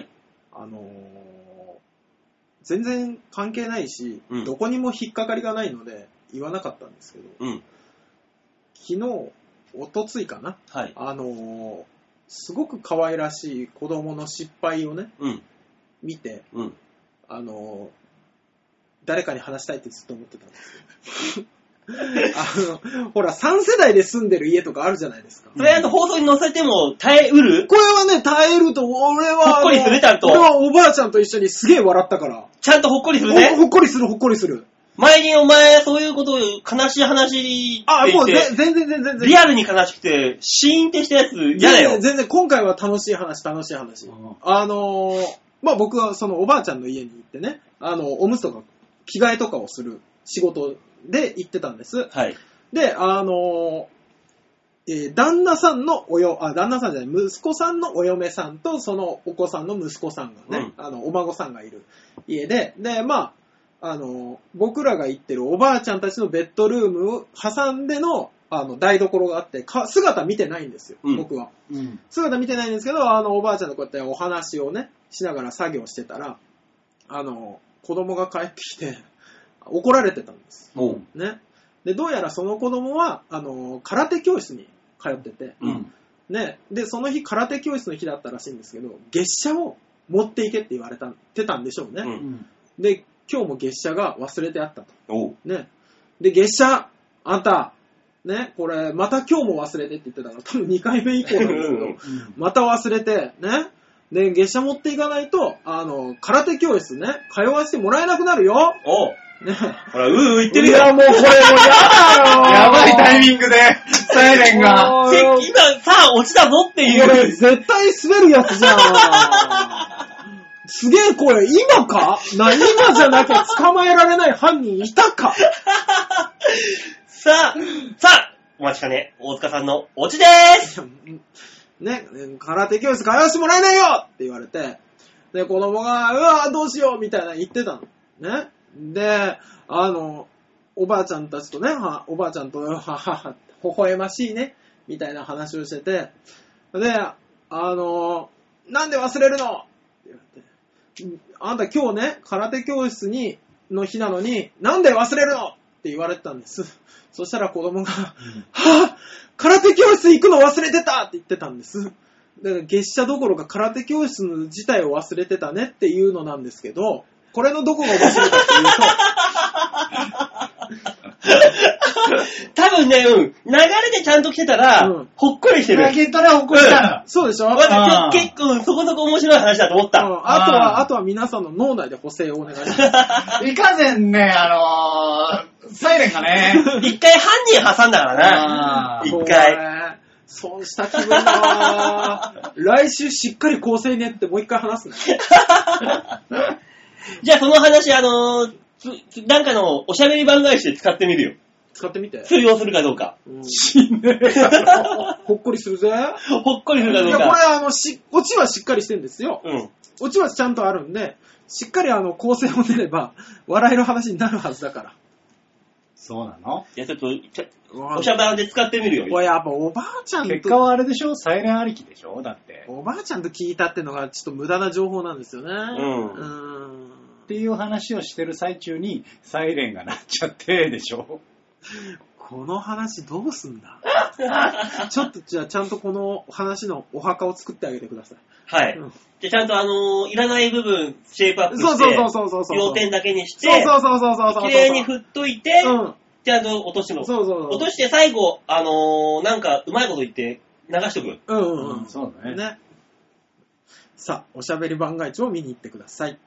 全然関係ないし、どこにも引っかかりがないので、 言わなかったんですけど、 うん、 昨日、おとついかな、 はい、 すごく可愛らしい子供の失敗をね、 うん、 見て、 うん、 誰かに話したいってずっと思ってたんですよ。ほら、3世代で住んでる家とかあるじゃないですか。 それ放送に載せても耐えうる？ これはね、耐えると、俺は、 ほっこりするちゃんと。 俺はおばあちゃんと一緒にすげえ笑ったから。 ちゃんとほっこりするね。 ほっこりする、ほっこりする。 前にお前、そういうことを悲しい話って言って、 全然。 リアルに悲しくて、シーンってしたやつ嫌だよ。 全然、今回は楽しい話。まあ僕はそのおばあちゃんの家に行ってね、おむつとか着替えとかをする仕事で行ってたんです。 はい。 で、旦那さんじゃない、息子さんのお嫁さんと、そのお子さんの息子さんがね、お孫さんがいる家で、まあ、僕らが行ってるおばあちゃんたちのベッドルームを挟んでの、台所があって、姿見てないんですよ、僕は。姿見てないんですけど、おばあちゃんのこうやってお話をね、しながら作業してたら、子供が帰ってきて、怒られてたんです。ね。で、どうやらその子供は、空手教室に通ってて、ね。で、その日、空手教室の日だったらしいんですけど、月謝を持っていけって言われてたんでしょうね。で、今日も月謝が忘れてあったと。ね。で、月謝、あんた、ね、これ、また今日も忘れてって言ってたから、多分2回目以降なんですけど、また忘れて、ね。で、月謝持っていかないと、空手教室ね、通わせてもらえなくなるよ。 ね、ほら、言ってるよ。 いや、もうこれもうやだよ。 やばいタイミングで、サイレンが。 今、さあ、落ちたぞっていう。 これ、絶対滑るやつじゃん。すげえこれ、今か？今じゃなきゃ捕まえられない犯人いたか？ さあ、お待ちかね、大塚さんのオチでーす。 ね、空手教室通わせてもらえないよって言われて、で、子供が、うわどうしようみたいな言ってたの。ね。で、おばあちゃんたちとね、おばあちゃんと、微笑ましいね、みたいな話をしてて、で、なんで忘れるのって言われて、あんた今日ね、空手教室の日なのに、なんで忘れるのって言われてたんです。そしたら子供が、空手教室行くの忘れてたって言ってたんです。だから月謝どころか空手教室自体を忘れてたねっていうのなんですけど、これのどこが面白いかっていうと、 多分ね、流れでちゃんと来てたら、ほっこりしてる。 ほっこりしたの。 そうでしょ？ 結構そこそこ面白い話だと思った。 あとは皆さんの脳内で補正をお願いします。 いかぜんね、サイレンがね、 一回犯人挟んだからな。一回。 そうした気分だわ。来週しっかり構成練ってもう一回話すね。 じゃあその話、なんかのおしゃべり番外して使ってみるよ。 使ってみて。 通用するかどうか。 しんねえ。ほっこりするぜ。 ほっこりするかどうか。 いや、これオチはしっかりしてるんですよ。オチはちゃんとあるんで、しっかり構成を練れば、笑える話になるはずだから。 そうなの？ いや、ちょっと、おしゃべりで使ってみるよ。 これやっぱおばあちゃんと。 結果はあれでしょ？サイレンありきでしょ？だって。 おばあちゃんと聞いたってのがちょっと無駄な情報なんですよね。 っていう話をしてる最中にサイレンが鳴っちゃってでしょ？ この話どうすんだ？ちょっとじゃあちゃんとこの話のお墓を作ってあげてください。 はい。じゃあちゃんといらない部分シェイプアップして、要点だけにして、綺麗に振っといて、ちゃんと落としても。落として最後、なんかうまいこと言って流しとく。 そうだね。さあ、おしゃべり番外地を見に行ってください。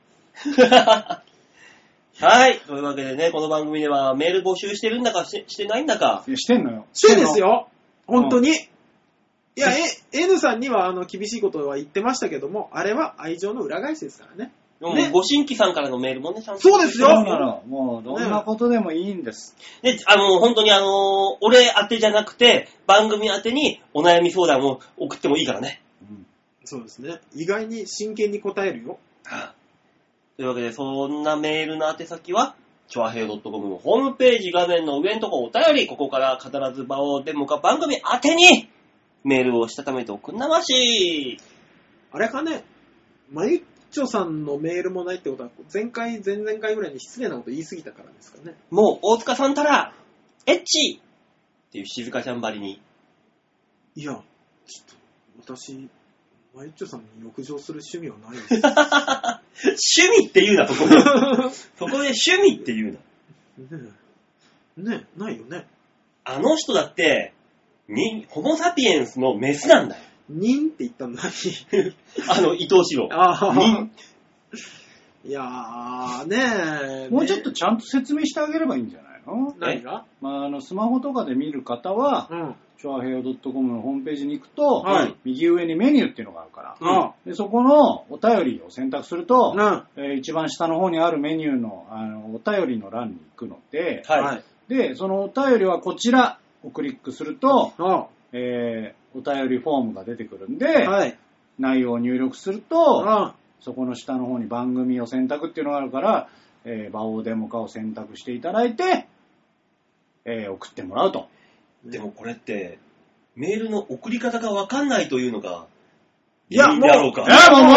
はい。というわけでね、この番組ではメール募集してるんだかしてないんだか。 してんのよ。 してですよ。本当に。いや、N さんには厳しいことは言ってましたけども、あれは愛情の裏返しですからね。 ご新規さんからのメールもね、ちゃんと。 そうですよ。 もう、どんなことでもいいんです。 で、本当に俺宛てじゃなくて、番組宛てにお悩み相談を送ってもいいからね。 そうですね。意外に真剣に答えるよ。 というわけで、そんなメールの宛先は、ちょあへい .com のホームページ画面の上のところお便り、ここから必ず場をデモか番組宛てにメールをしたためておくんなまし。 あれかね、まゆっチョさんのメールもないってことは、前々回ぐらいに失礼なこと言い過ぎたからですかね。 もう、大塚さんたら、エッチっていう静香ちゃんばりに。 いや、ちょっと、私、マイッチョさんに浴場する趣味はないです。 趣味って言うな、そこで。そこで趣味って言うな。ねえ、ないよね。 あの人だって、ホモサピエンスのメスなんだよ。 人って言ったの何伊藤四郎。人。 いやー、ねえ。 もうちょっとちゃんと説明してあげればいいんじゃないの？ 何が？ スマホとかで見る方は、チョアヘヨ .com のホームページに行くと、右上にメニューっていうのがあるから、でそこのお便りを選択すると、一番下の方にあるメニューの、お便りの欄に行くので、で、そのお便りはこちらをクリックすると、お便りフォームが出てくるんで、内容を入力すると、そこの下の方に番組を選択っていうのがあるから、バオデモカを選択していただいて、送ってもらうと。 でもこれって、メールの送り方がわかんないというのが、 いや、もう、 わかんないわ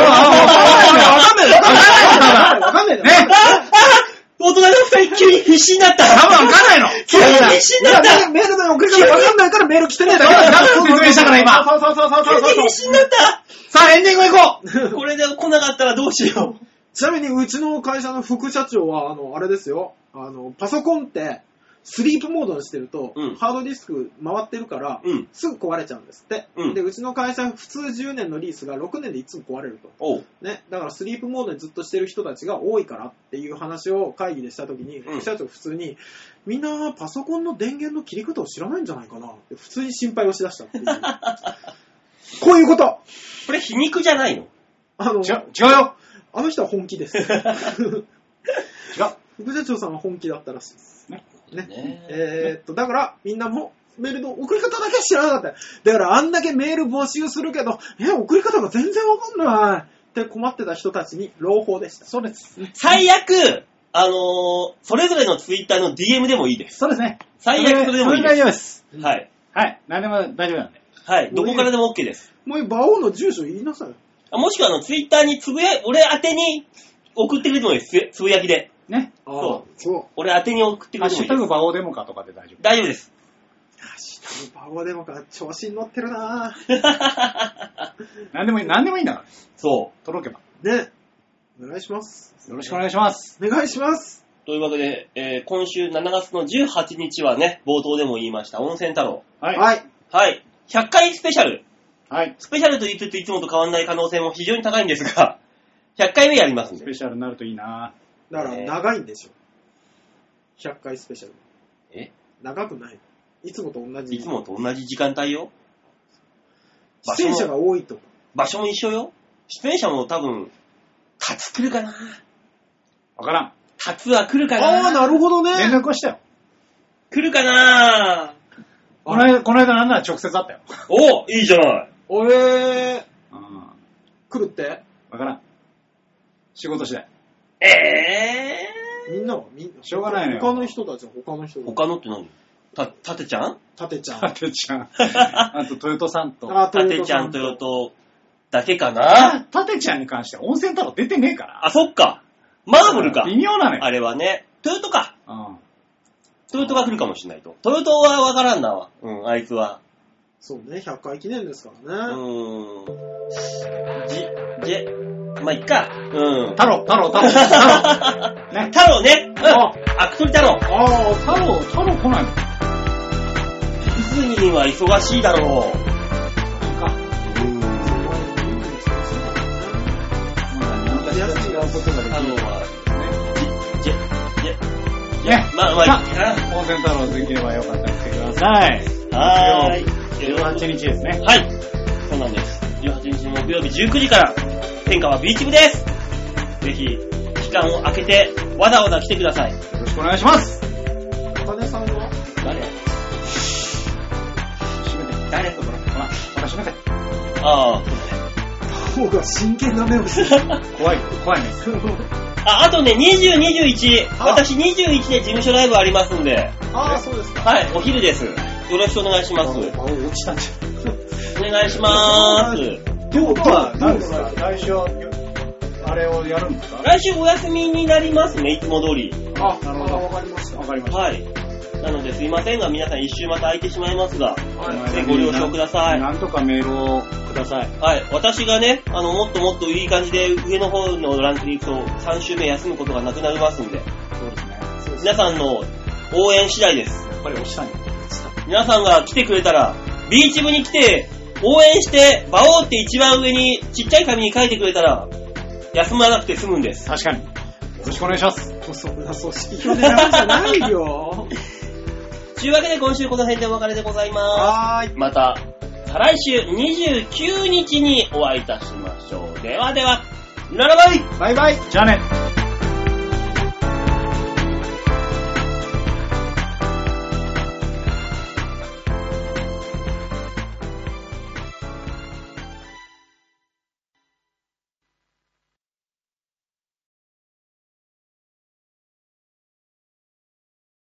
かんないね。 大人の二人急に必死になった。 多分わかんないの。 急に必死になった。 メールの送り方わかんないからメール来てねえだけだ。 説明したから今。 急に必死になった。 さあ、エンディング行こう。これで来なかったらどうしよう。 ちなみにうちの会社の副社長は、あれですよ。パソコンって、スリープモードにしてると、ハードディスク回ってるから、すぐ壊れちゃうんですって、で、うちの会社普通10年のリースが6年でいつも壊れると。ね。だからスリープモードにずっとしてる人たちが多いからっていう話を会議でしたときに、副社長普通に、みんなパソコンの電源の切り方を知らないんじゃないかなって普通に心配をしだしたっていう。こういうこと。 これ皮肉じゃないの？ 違うよ。 あの人は本気です。違う。副社長さんは本気だったらしいです。ね。だから、みんなもメールの送り方だけ知らなかった。だからあんだけメール募集するけど、送り方が全然わかんないって困ってた人たちに朗報でした。 そうです。 最悪、それぞれのツイッターの DM でもいいです。 そうですね。 最悪それでもいいです。 それ大丈夫です。 はい。 はい。何でも大丈夫なんで。 はい。どこからでも OK です。 もう馬王の住所言いなさい。 もしくはツイッターに俺宛てに送ってくれてもいいです。つぶやきで。 ね。 そう。俺宛てに送ってくれてもいいです。 ハッシュタグバオデモカとかで大丈夫。 大丈夫です。 ハッシュタグバオデモカ、調子に乗ってるなぁ。 何でもいいんだから。 そう。 届けば。 ね。お願いします。 よろしくお願いします。 お願いします。 というわけで、今週7月の18日はね、冒頭でも言いました、温泉太郎。 はい。 はい。100回スペシャル。 はい。 スペシャルと言ってていつもと変わらない可能性も非常に高いんですが、100回目やりますんで。 スペシャルになるといいな。 だから長いんでしょ。100回スペシャル。長くない。いつもと同じ。 いつもと同じ時間帯よ。 出演者が多いと。 場所も一緒よ。出演者も多分、タツ来るかな。 わからん。 タツは来るかな。 なるほどね。 連絡はしたよ。 来るかな。 この間なんなら直接会ったよ。 お、いいじゃない。 来るって？ わからん。仕事次第。 みんなはしょうがないのよ。 他の人たちは他の人たち。 他のって何？たてちゃん。 あと、トヨトさんと。 たてちゃん、トヨトだけかな。 たてちゃんに関しては温泉太郎出てねえから。 あ、そっか。マーブルか。 微妙なのよ。 あれはね。トヨトか。トヨトが来るかもしれないと。トヨトはわからんなわ。あいつは。 そうね、100回記念ですからね。 まあ、いっか。 太郎。 ね。太郎ね。アクトリ太郎。 太郎来ないの？ ディズニーは忙しいだろう。まあ、 温泉太郎できればよかったら来てください。18日ですね。 はい。そうなんです。18日木曜日19時から、天下はビーチ部です。ぜひ、期間を空けて、わざわざ来てください。よろしくお願いします。 金さんは誰？ 閉めて。誰？ほら、閉めて。 そうだね。 方が真剣な目をしてる。 怖いね。 あとね、20、21。私21で事務所ライブありますんで。 そうですか。 はい、お昼です。よろしくお願いします。 落ちたんじゃん。 お願いしまーす。 どうは何ですか？来週は、 あれをやるんですか？ 来週お休みになりますね、いつも通り。 あ、なるほど。わかりました。 わかりました。 はい。なのですいませんが、皆さん一周また空いてしまいますが、ご了承ください。 なんとかメールをください。 はい。私がね、もっともっといい感じで上の方のランクに行くと3週目休むことがなくなりますんで。 そうですね。 皆さんの応援次第です。 やっぱり押したね。 皆さんが来てくれたら、ビーチ部に来て、応援して、バオーって一番上にちっちゃい紙に書いてくれたら、休まなくて済むんです。 確かに。よろしくお願いします。 そんな組織票でやるんじゃないよ。 というわけで今週この辺でお別れでございます。 はーい。 また、再来週29日にお会いいたしましょう。ではでは、ならばい。 バイバイ。 じゃあね。